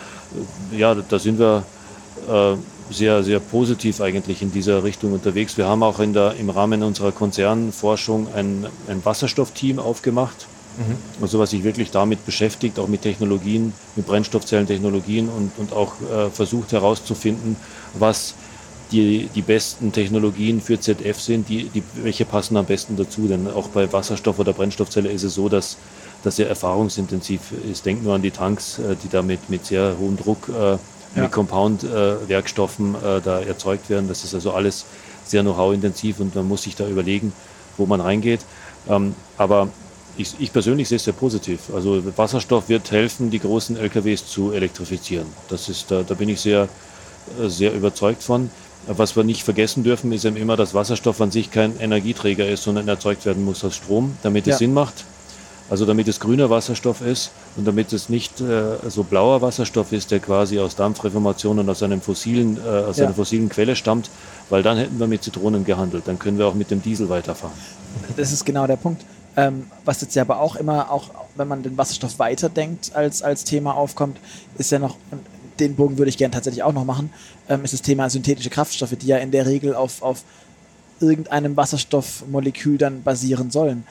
da sind wir sehr, sehr positiv eigentlich in dieser Richtung unterwegs. Wir haben auch im Rahmen unserer Konzernforschung ein Wasserstoffteam aufgemacht, also was sich wirklich damit beschäftigt, auch mit Technologien, mit Brennstoffzellentechnologien und auch versucht herauszufinden, was die besten Technologien für ZF sind, welche passen am besten dazu. Denn auch bei Wasserstoff oder Brennstoffzelle ist es so, dass das sehr erfahrungsintensiv ist. Denkt nur an die Tanks, die da mit sehr hohem Druck mit Compound-Werkstoffen da erzeugt werden. Das ist also alles sehr know-how-intensiv und man muss sich da überlegen, wo man reingeht. Aber ich persönlich sehe es sehr positiv. Also Wasserstoff wird helfen, die großen LKWs zu elektrifizieren. Da bin ich sehr, sehr überzeugt von. Was wir nicht vergessen dürfen, ist eben immer, dass Wasserstoff an sich kein Energieträger ist, sondern erzeugt werden muss aus Strom, damit es Sinn macht. Also damit es grüner Wasserstoff ist und damit es nicht so blauer Wasserstoff ist, der quasi aus Dampfreformation und aus einer fossilen Quelle stammt, weil dann hätten wir mit Zitronen gehandelt. Dann können wir auch mit dem Diesel weiterfahren. Das ist genau der Punkt. Was jetzt ja aber auch immer, auch wenn man den Wasserstoff weiterdenkt, als Thema aufkommt, ist ja noch, den Bogen würde ich gerne tatsächlich auch noch machen, ist das Thema synthetische Kraftstoffe, die ja in der Regel auf irgendeinem Wasserstoffmolekül dann basieren sollen.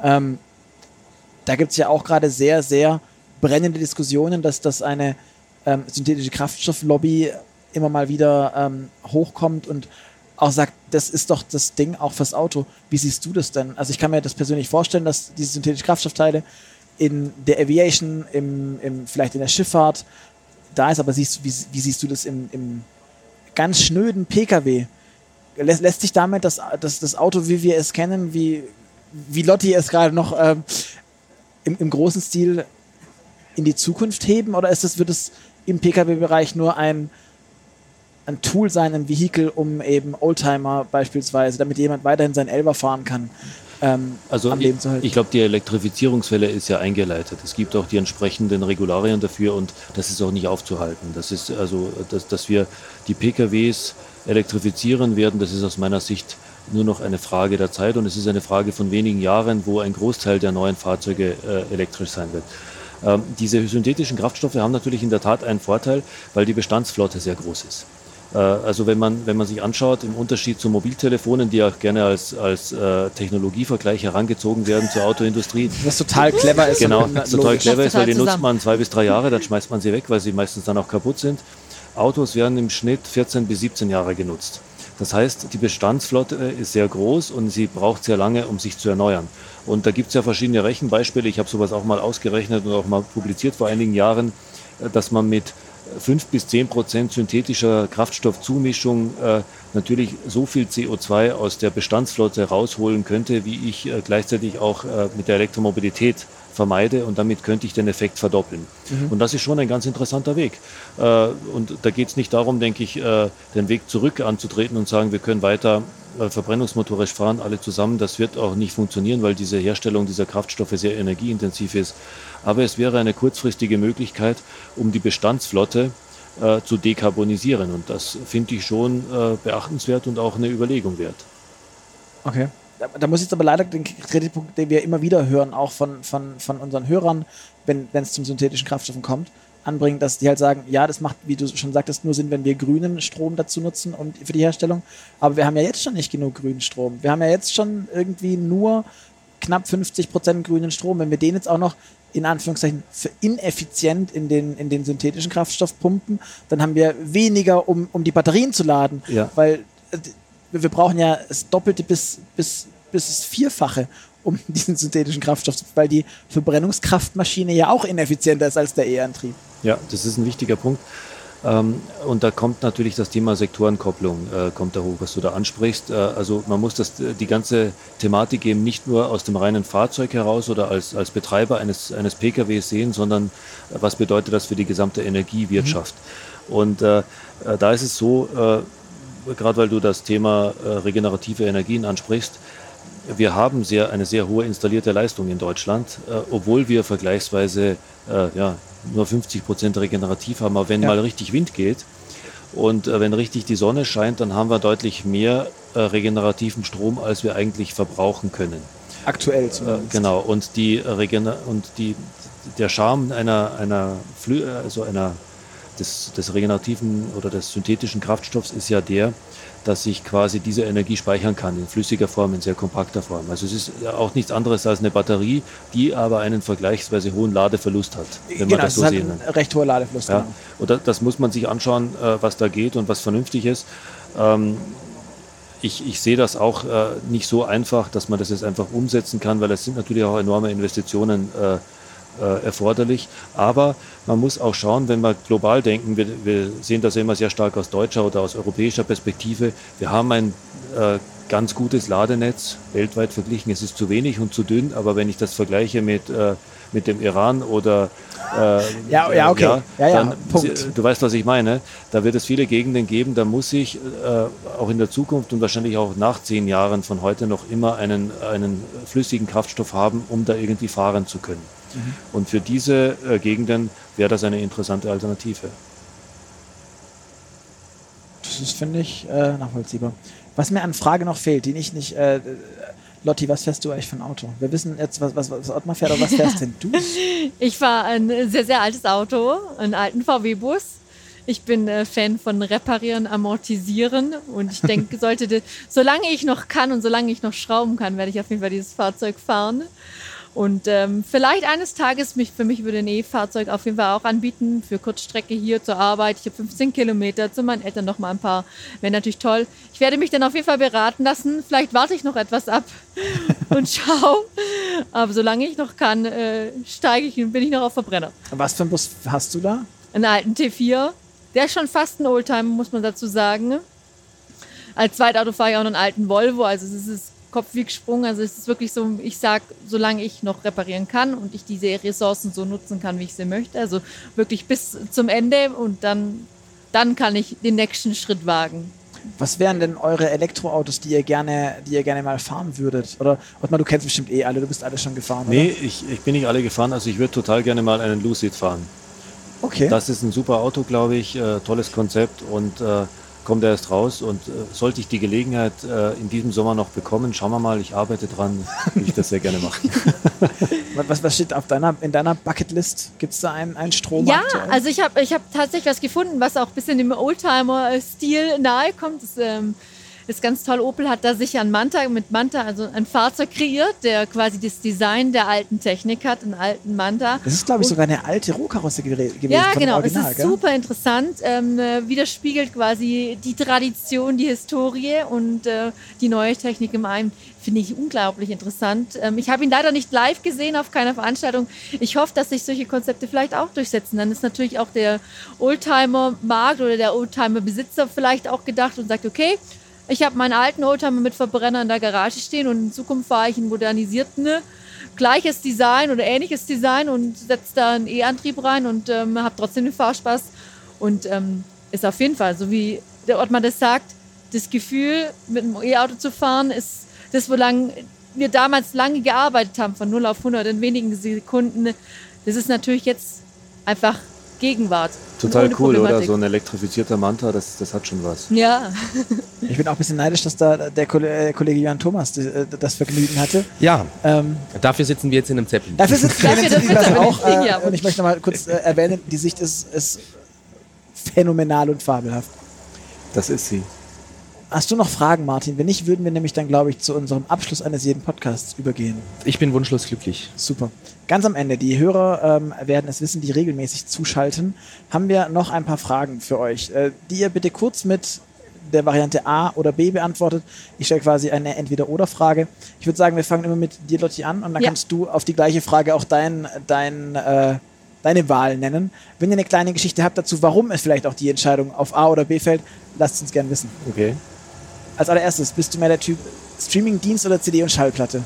Da gibt es ja auch gerade sehr, sehr brennende Diskussionen, dass das eine synthetische Kraftstofflobby immer mal wieder hochkommt und auch sagt, das ist doch das Ding auch fürs Auto. Wie siehst du das denn? Also ich kann mir das persönlich vorstellen, dass diese synthetischen Kraftstoffteile in der Aviation, vielleicht in der Schifffahrt da ist, aber wie siehst du das im ganz schnöden PKW? Lässt sich damit das Auto, wie wir es kennen, wie Lotti es gerade noch im großen Stil in die Zukunft heben? Oder wird es im PKW-Bereich nur ein Tool sein, ein Vehikel, um eben Oldtimer beispielsweise, damit jemand weiterhin seinen Elva fahren kann, am Leben zu halten? Ich glaube, die Elektrifizierungswelle ist ja eingeleitet. Es gibt auch die entsprechenden Regularien dafür und das ist auch nicht aufzuhalten. Das ist also, dass wir die PKWs elektrifizieren werden, das ist aus meiner Sicht nur noch eine Frage der Zeit und es ist eine Frage von wenigen Jahren, wo ein Großteil der neuen Fahrzeuge elektrisch sein wird. Diese synthetischen Kraftstoffe haben natürlich in der Tat einen Vorteil, weil die Bestandsflotte sehr groß ist. Also wenn man sich anschaut, im Unterschied zu Mobiltelefonen, die auch gerne als Technologievergleich herangezogen werden zur Autoindustrie. Was total clever ist. Genau, was total clever ist, weil die nutzt man 2 bis 3 Jahre, dann schmeißt man sie weg, weil sie meistens dann auch kaputt sind. Autos werden im Schnitt 14 bis 17 Jahre genutzt. Das heißt, die Bestandsflotte ist sehr groß und sie braucht sehr lange, um sich zu erneuern. Und da gibt es ja verschiedene Rechenbeispiele. Ich habe sowas auch mal ausgerechnet und auch mal publiziert vor einigen Jahren, dass man mit 5-10% synthetischer Kraftstoffzumischung natürlich so viel CO2 aus der Bestandsflotte rausholen könnte, wie ich gleichzeitig auch mit der Elektromobilität vermeide und damit könnte ich den Effekt verdoppeln. Und das ist schon ein ganz interessanter Weg. Und da geht es nicht darum, denke ich, den Weg zurück anzutreten und sagen, wir können weiter verbrennungsmotorisch fahren, alle zusammen. Das wird auch nicht funktionieren, weil diese Herstellung dieser Kraftstoffe sehr energieintensiv ist. Aber es wäre eine kurzfristige Möglichkeit, um die Bestandsflotte zu dekarbonisieren. Und das finde ich schon beachtenswert und auch eine Überlegung wert. Okay. Da muss ich jetzt aber leider den Kritikpunkt, den wir immer wieder hören, auch von unseren Hörern, wenn es zum synthetischen Kraftstoffen kommt, anbringen, dass die halt sagen, ja, das macht, wie du schon sagtest, nur Sinn, wenn wir grünen Strom dazu nutzen und für die Herstellung. Aber wir haben ja jetzt schon nicht genug grünen Strom. Wir haben ja jetzt schon irgendwie nur knapp 50% grünen Strom. Wenn wir den jetzt auch noch in Anführungszeichen für ineffizient in den synthetischen Kraftstoff pumpen, dann haben wir weniger, um die Batterien zu laden. Ja. Weil wir brauchen ja das Doppelte bis das Vierfache, um diesen synthetischen Kraftstoff, weil die Verbrennungskraftmaschine ja auch ineffizienter ist als der E-Antrieb. Ja, das ist ein wichtiger Punkt. Und da kommt natürlich das Thema Sektorenkopplung kommt da hoch, was du da ansprichst. Also man muss die ganze Thematik eben nicht nur aus dem reinen Fahrzeug heraus oder als Betreiber eines PKWs sehen, sondern was bedeutet das für die gesamte Energiewirtschaft. Und da ist es so, gerade weil du das Thema regenerative Energien ansprichst, wir haben eine sehr hohe installierte Leistung in Deutschland, obwohl wir vergleichsweise nur 50% regenerativ haben. Aber wenn mal richtig Wind geht und wenn richtig die Sonne scheint, dann haben wir deutlich mehr regenerativen Strom, als wir eigentlich verbrauchen können. Aktuell zumindest. Genau. Und der Charme des regenerativen oder des synthetischen Kraftstoffs ist ja der, dass ich quasi diese Energie speichern kann in flüssiger Form, in sehr kompakter Form. Also es ist auch nichts anderes als eine Batterie, die aber einen vergleichsweise hohen Ladeverlust hat, wenn man das so sehen will. Ein recht hoher Ladeverlust. Ja. Und das muss man sich anschauen, was da geht und was vernünftig ist. Ich sehe das auch nicht so einfach, dass man das jetzt einfach umsetzen kann, weil es sind natürlich auch enorme Investitionen erforderlich. Aber man muss auch schauen, wenn wir global denken, wir sehen das ja immer sehr stark aus deutscher oder aus europäischer Perspektive. Wir haben ein ganz gutes Ladenetz, weltweit verglichen. Es ist zu wenig und zu dünn, aber wenn ich das vergleiche mit dem Iran oder dann, Punkt. Du weißt, was ich meine. Da wird es viele Gegenden geben, da muss ich auch in der Zukunft und wahrscheinlich auch nach 10 Jahren von heute noch immer einen flüssigen Kraftstoff haben, um da irgendwie fahren zu können. Und für diese Gegenden wäre das eine interessante Alternative. Das ist, finde ich, nachvollziehbar. Was mir an Frage noch fehlt, die ich nicht... Lotti, was fährst du eigentlich für ein Auto? Wir wissen jetzt, was Ottmar fährt, aber was fährst denn du? Ich fahre ein sehr, sehr altes Auto, einen alten VW-Bus. Ich bin Fan von Reparieren, Amortisieren und ich denke, solange ich noch kann und solange ich noch schrauben kann, werde ich auf jeden Fall dieses Fahrzeug fahren. Und vielleicht eines Tages, für mich würde ein E-Fahrzeug auf jeden Fall auch anbieten, für Kurzstrecke hier zur Arbeit. Ich habe 15 Kilometer, zu meinen Eltern noch mal ein paar. Wäre natürlich toll. Ich werde mich dann auf jeden Fall beraten lassen. Vielleicht warte ich noch etwas ab und schau. Aber solange ich noch kann, steige ich und bin ich noch auf Verbrenner. Was für einen Bus hast du da? Einen alten T4. Der ist schon fast ein Oldtimer, muss man dazu sagen. Als Zweitauto fahre ich auch noch einen alten Volvo. Also es ist Kopf wie gesprungen. Also es ist wirklich so, ich sage, solange ich noch reparieren kann und ich diese Ressourcen so nutzen kann, wie ich sie möchte. Also wirklich bis zum Ende und dann kann ich den nächsten Schritt wagen. Was wären denn eure Elektroautos, die ihr gerne mal fahren würdet? Oder Ottmar, du kennst bestimmt alle, du bist alle schon gefahren, Nee, oder? ich bin nicht alle gefahren, also ich würde total gerne mal einen Lucid fahren. Okay. Das ist ein super Auto, glaube ich, tolles Konzept und kommt erst raus. Und sollte ich die Gelegenheit in diesem Sommer noch bekommen, schauen wir mal, ich arbeite dran, will ich das sehr gerne machen. Was steht in deiner Bucketlist? Gibt es da einen Strom? Ja, aktuell? also ich hab tatsächlich was gefunden, was auch ein bisschen dem Oldtimer-Stil nahe kommt. Das ist ganz toll. Opel hat da sich mit Manta also ein Fahrzeug kreiert, der quasi das Design der alten Technik hat, einen alten Manta. Das ist, glaube ich, sogar eine alte Rohkarosse gewesen. Ja, von dem genau. Original, Es ist gell? super interessant. Widerspiegelt quasi die Tradition, die Historie und die neue Technik im einen. Finde ich unglaublich interessant. Ich habe ihn leider nicht live gesehen auf keiner Veranstaltung. Ich hoffe, dass sich solche Konzepte vielleicht auch durchsetzen. Dann ist natürlich auch der Oldtimer-Markt oder der Oldtimer-Besitzer vielleicht auch gedacht und sagt, okay, ich habe meinen alten Oldtimer mit Verbrenner in der Garage stehen und in Zukunft fahre ich einen modernisierten, gleiches Design oder ähnliches Design und setze da einen E-Antrieb rein und habe trotzdem den Fahrspaß. Und ist auf jeden Fall, so wie der Ottmar das sagt, das Gefühl, mit einem E-Auto zu fahren, ist das, wolang wir damals lange gearbeitet haben, von 0 auf 100 in wenigen Sekunden. Das ist natürlich jetzt einfach Gegenwart. Total Ohne cool, oder? Problematik. So ein elektrifizierter Manta, das hat schon was. Ja. Ich bin auch ein bisschen neidisch, dass da der Kollege Jan Thomas das Vergnügen hatte. Ja, dafür sitzen wir jetzt in einem Zeppelin. Dafür sitzen wir Dafür, in das Klasse wird auch. aber nicht, ja. Und ich möchte noch mal kurz erwähnen, die Sicht ist phänomenal und fabelhaft. Das ist sie. Hast du noch Fragen, Martin? Wenn nicht, würden wir nämlich dann, glaube ich, zu unserem Abschluss eines jeden Podcasts übergehen. Ich bin wunschlos glücklich. Super. Ganz am Ende, die Hörer werden es wissen, die regelmäßig zuschalten, haben wir noch ein paar Fragen für euch, die ihr bitte kurz mit der Variante A oder B beantwortet. Ich stelle quasi eine Entweder-Oder-Frage. Ich würde sagen, wir fangen immer mit dir, Lotti, an und dann Ja. kannst du auf die gleiche Frage auch deine Wahl nennen. Wenn ihr eine kleine Geschichte habt dazu, warum es vielleicht auch die Entscheidung auf A oder B fällt, lasst es uns gerne wissen. Okay. Als allererstes, bist du mehr der Typ Streamingdienst oder CD und Schallplatte?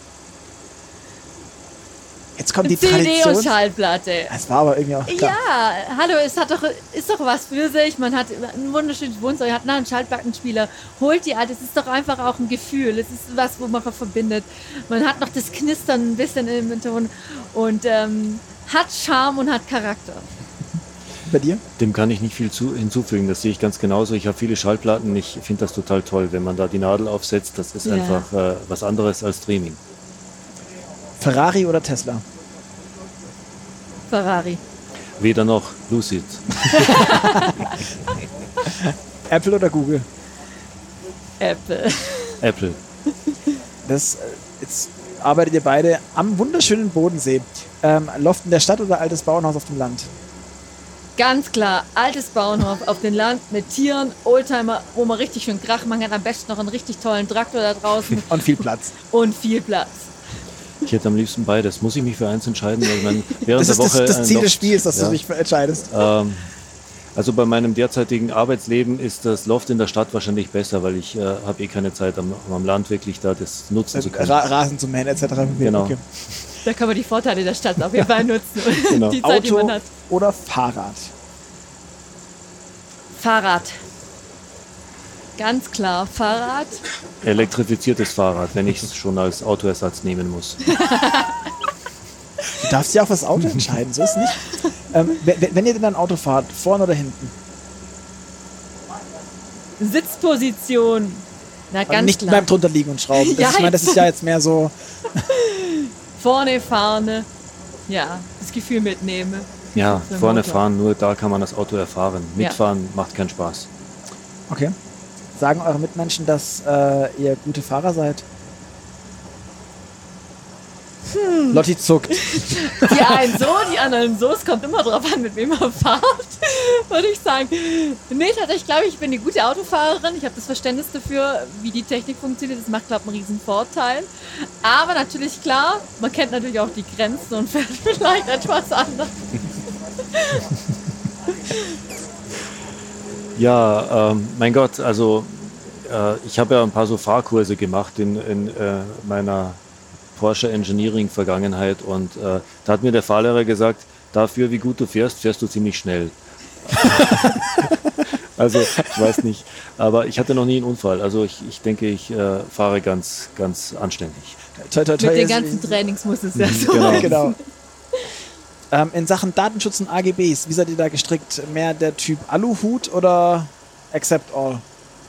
Jetzt kommt die CD und Tradition. Schallplatte. Es war aber irgendwie auch klar. Ja, hallo, ist doch was für sich. Man hat ein wunderschönes Wohnzimmer, hat einen Schallplattenspieler, holt die alte. Es ist doch einfach auch ein Gefühl. Es ist was, wo man verbindet. Man hat noch das Knistern ein bisschen im Hintergrund und hat Charme und hat Charakter. Bei dir? Dem kann ich nicht viel hinzufügen, das sehe ich ganz genauso. Ich habe viele Schallplatten, ich finde das total toll, wenn man da die Nadel aufsetzt. Das ist Ja. einfach was anderes als Streaming. Ferrari oder Tesla? Ferrari. Weder noch Lucid. Apple oder Google? Apple. Apple. Jetzt arbeitet ihr beide am wunderschönen Bodensee. Loft in der Stadt oder altes Bauernhaus auf dem Land? Ganz klar, altes Bauernhof auf dem Land mit Tieren, Oldtimer, wo man richtig schön Krach machen kann. Am besten noch einen richtig tollen Traktor da draußen Und viel Platz. und viel Platz. Ich hätte am liebsten beides. Muss ich mich für eins entscheiden? Weil man während Das ist der Woche das ein Ziel des Loft- Spiels, dass ja. du dich entscheidest. Also bei meinem derzeitigen Arbeitsleben ist das Loft in der Stadt wahrscheinlich besser, weil ich habe eh keine Zeit am Land wirklich da das nutzen zu können. Rasen zu mähen etc. Genau. Okay. Da kann man die Vorteile der Stadt auf jeden Fall nutzen. Genau. Die Zeit, die Auto man hat. oder Fahrrad? Fahrrad. Ganz klar, Fahrrad. Elektrifiziertes Fahrrad, wenn ich es schon als Autoersatz nehmen muss. Du darfst ja auch fürs Auto entscheiden, so ist nicht. Wenn ihr denn ein Auto fahrt, vorne oder hinten? Sitzposition. Na, ganz Nicht klar. beim drunter liegen und schrauben. Ja, Ich meine, das ist ja jetzt mehr so. Vorne, vorne. Ja, das Gefühl mitnehmen. Ja, Für den vorne Motor. fahren, nur da kann man das Auto erfahren. Ja. Mitfahren macht keinen Spaß. Okay. Sagen eure Mitmenschen, dass ihr gute Fahrer seid? Lotti zuckt. Die einen so, die anderen so. Es kommt immer drauf an, mit wem man fahrt, würde ich sagen. Nee, tatsächlich glaube ich bin eine gute Autofahrerin. Ich habe das Verständnis dafür, wie die Technik funktioniert. Das macht, glaube ich, einen riesen Vorteil. Aber natürlich, klar, man kennt natürlich auch die Grenzen und fährt vielleicht etwas anders. Ja, mein Gott, also ich habe ja ein paar so Fahrkurse gemacht in meiner Porsche Engineering Vergangenheit und da hat mir der Fahrlehrer gesagt, dafür wie gut du fährst, fährst du ziemlich schnell. Also ich weiß nicht, aber ich hatte noch nie einen Unfall, also ich denke, ich fahre ganz, ganz anständig. Toi, toi, toi, Mit den ganzen Trainings muss es ja so. Genau. In Sachen Datenschutz und AGBs, wie seid ihr da gestrickt? Mehr der Typ Aluhut oder Accept All?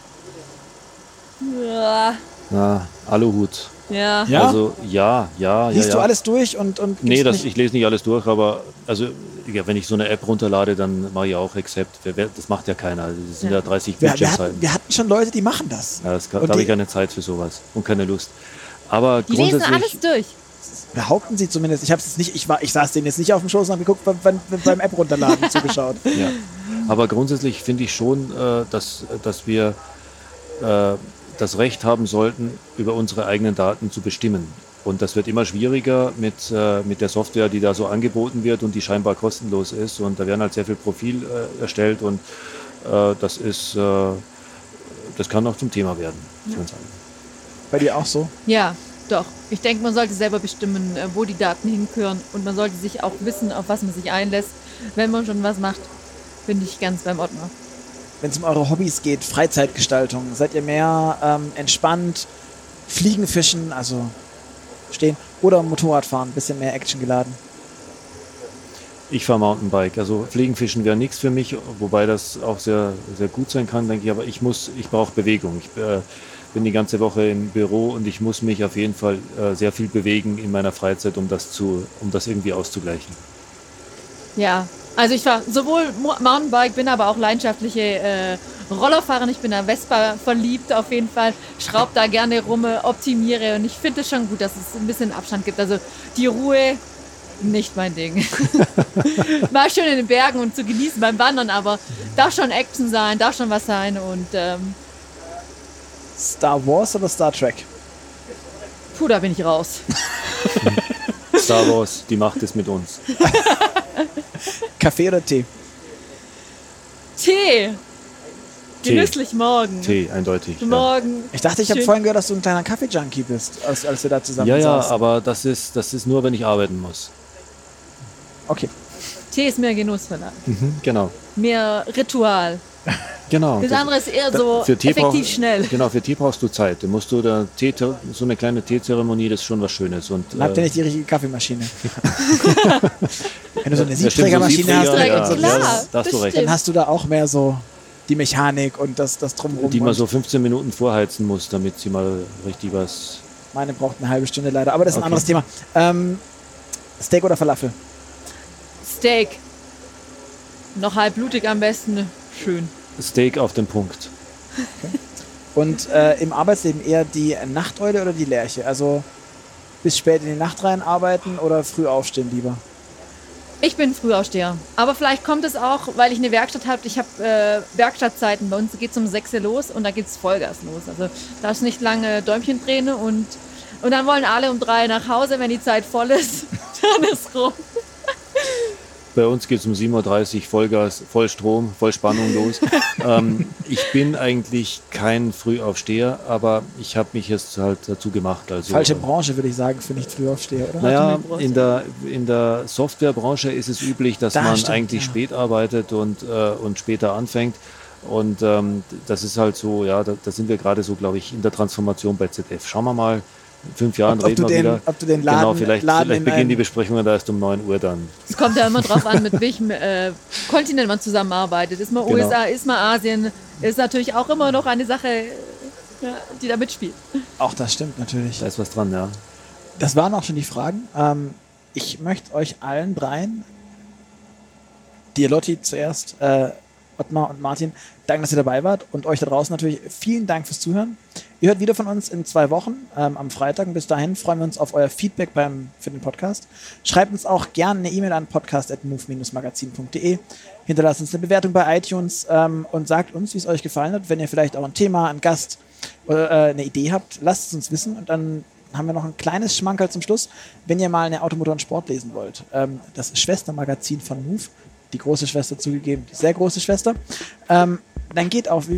Na, Aluhut. Ja. Ja? Also ja. Liest du alles durch und Nee, gibst ich lese nicht alles durch, aber also ja, wenn ich so eine App runterlade, dann mache ich auch Accept. Das macht ja keiner. Das sind ja 30 Bildschirmzeiten. wir hatten schon Leute, die machen das. Ja, da habe ich keine Zeit für sowas und keine Lust. Aber Die lesen grundsätzlich, alles durch. Behaupten sie zumindest. Ich habe es nicht, ich saß denen jetzt nicht auf dem Schoß und habe geguckt, beim App runterladen zugeschaut. ja. Aber grundsätzlich finde ich schon, dass wir das Recht haben sollten, über unsere eigenen Daten zu bestimmen. Und das wird immer schwieriger mit der Software, die da so angeboten wird und die scheinbar kostenlos ist. Und da werden halt sehr viel Profil erstellt und das kann auch zum Thema werden. Ja. Bei dir auch so? Ja, doch. Ich denke, man sollte selber bestimmen, wo die Daten hingehören und man sollte sich auch wissen, auf was man sich einlässt, wenn man schon was macht. Bin ich ganz beim Ottmar. Wenn es um eure Hobbys geht, Freizeitgestaltung, seid ihr mehr entspannt, Fliegen, Fischen, also stehen oder Motorradfahren, ein bisschen mehr Action geladen? Ich fahre Mountainbike, also Fliegen, Fischen wäre nichts für mich, wobei das auch sehr, sehr gut sein kann, denke ich, aber ich brauche Bewegung. Ich bin die ganze Woche im Büro und ich muss mich auf jeden Fall sehr viel bewegen in meiner Freizeit, um das irgendwie auszugleichen. Ja, also ich fahre sowohl Mountainbike, bin aber auch leidenschaftliche Rollerfahrerin. Ich bin da Vespa verliebt auf jeden Fall, schraube da gerne rum, optimiere und ich finde es schon gut, dass es ein bisschen Abstand gibt. Also die Ruhe, nicht mein Ding. Mal schön in den Bergen und zu genießen beim Wandern, aber darf schon Action sein, darf schon was sein und Star Wars oder Star Trek? puh, da bin ich raus. Star Wars, die Macht ist mit uns. Kaffee oder Tee? Tee. Tee. Genüsslich morgen. Tee, eindeutig. Ja. Morgen. Ich dachte, ich habe Schön. vorhin gehört, dass du ein kleiner Kaffee-Junkie bist, als wir da zusammen Ja, saßen. aber das ist nur, wenn ich arbeiten muss. Okay. Tee ist mehr Genuss von Genau. mehr Ritual. Genau. Das andere ist eher so für Tee effektiv schnell. Genau, für Tee brauchst du Zeit. Du musst so eine kleine Teezeremonie, das ist schon was Schönes. Und, Dann habt ihr nicht die richtige Kaffeemaschine. Wenn du so eine Ja, stimmt, Siebträgermaschine so hast, Siebträger, Ja, klar, da hast du recht. dann hast du da auch mehr so die Mechanik und das Drumherum. Die man und so 15 Minuten vorheizen muss, damit sie mal richtig was... meine braucht eine halbe Stunde leider, aber das ist ein Okay. anderes Thema. Steak oder Falafel? Steak. Noch halb blutig am besten. Schön. Steak auf den Punkt. Und im Arbeitsleben eher die Nachteule oder die Lerche? Also bis spät in die Nacht rein arbeiten oder früh aufstehen lieber? Ich bin Frühaufsteher. Aber vielleicht kommt es auch, weil ich eine Werkstatt habe. Ich habe Werkstattzeiten. Bei uns geht es um 6 Uhr los und da geht es Vollgas los. Also da ist nicht lange Däumchen drehen und dann wollen alle um 3 nach Hause, wenn die Zeit voll ist. Dann ist rum. Bei uns geht es um 7.30 Uhr Vollgas, Vollstrom, Vollspannung los. Ich bin eigentlich kein Frühaufsteher, aber ich habe mich jetzt halt dazu gemacht. Also, Falsche Branche, würde ich sagen, für nicht Frühaufsteher, oder? Naja, in der Softwarebranche ist es üblich, dass Da man stimmt, eigentlich ja. spät arbeitet und später anfängt. Und das ist halt so, ja, da sind wir gerade so, glaube ich, in der Transformation bei ZF. Schauen wir mal, in 5 Jahren Ob reden du wir den- wieder. ob du den Laden- genau, vielleicht in beginnen einem- die Besprechungen da erst um 9 Uhr dann. Es kommt ja immer drauf an, mit welchem Kontinent man zusammenarbeitet. Ist man Genau. USA, ist man Asien, ist natürlich auch immer noch eine Sache, ja, die da mitspielt. Auch das stimmt natürlich. Da ist was dran, ja. Das waren auch schon die Fragen. Ich möchte euch allen dreien, dir Lotti zuerst, Ottmar und Martin, danke, dass ihr dabei wart und euch da draußen natürlich vielen Dank fürs Zuhören. Ihr hört wieder von uns in 2 Wochen am Freitag. Und bis dahin freuen wir uns auf euer Feedback für den Podcast. Schreibt uns auch gerne eine E-Mail an podcast@move-magazin.de. Hinterlasst uns eine Bewertung bei iTunes und sagt uns, wie es euch gefallen hat. Wenn ihr vielleicht auch ein Thema, einen Gast oder eine Idee habt, lasst es uns wissen. Und dann haben wir noch ein kleines Schmankerl zum Schluss. Wenn ihr mal eine Automotor und Sport lesen wollt, das Schwestermagazin von Move, die große Schwester zugegeben, die sehr große Schwester, dann geht auf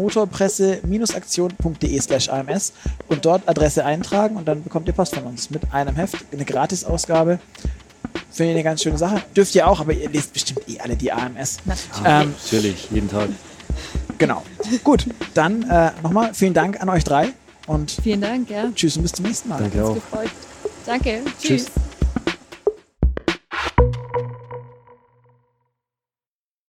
www.motorpresse-aktion.de/AMS und dort Adresse eintragen und dann bekommt ihr Post von uns mit einem Heft, eine Gratisausgabe. Finde ich eine ganz schöne Sache. Dürft ihr auch, aber ihr lest bestimmt alle die AMS. Natürlich, jeden Tag. Genau. Gut, dann nochmal vielen Dank an euch 3 und Vielen Dank, ja. tschüss und bis zum nächsten Mal. Danke auch. Gefreut. Danke. Tschüss.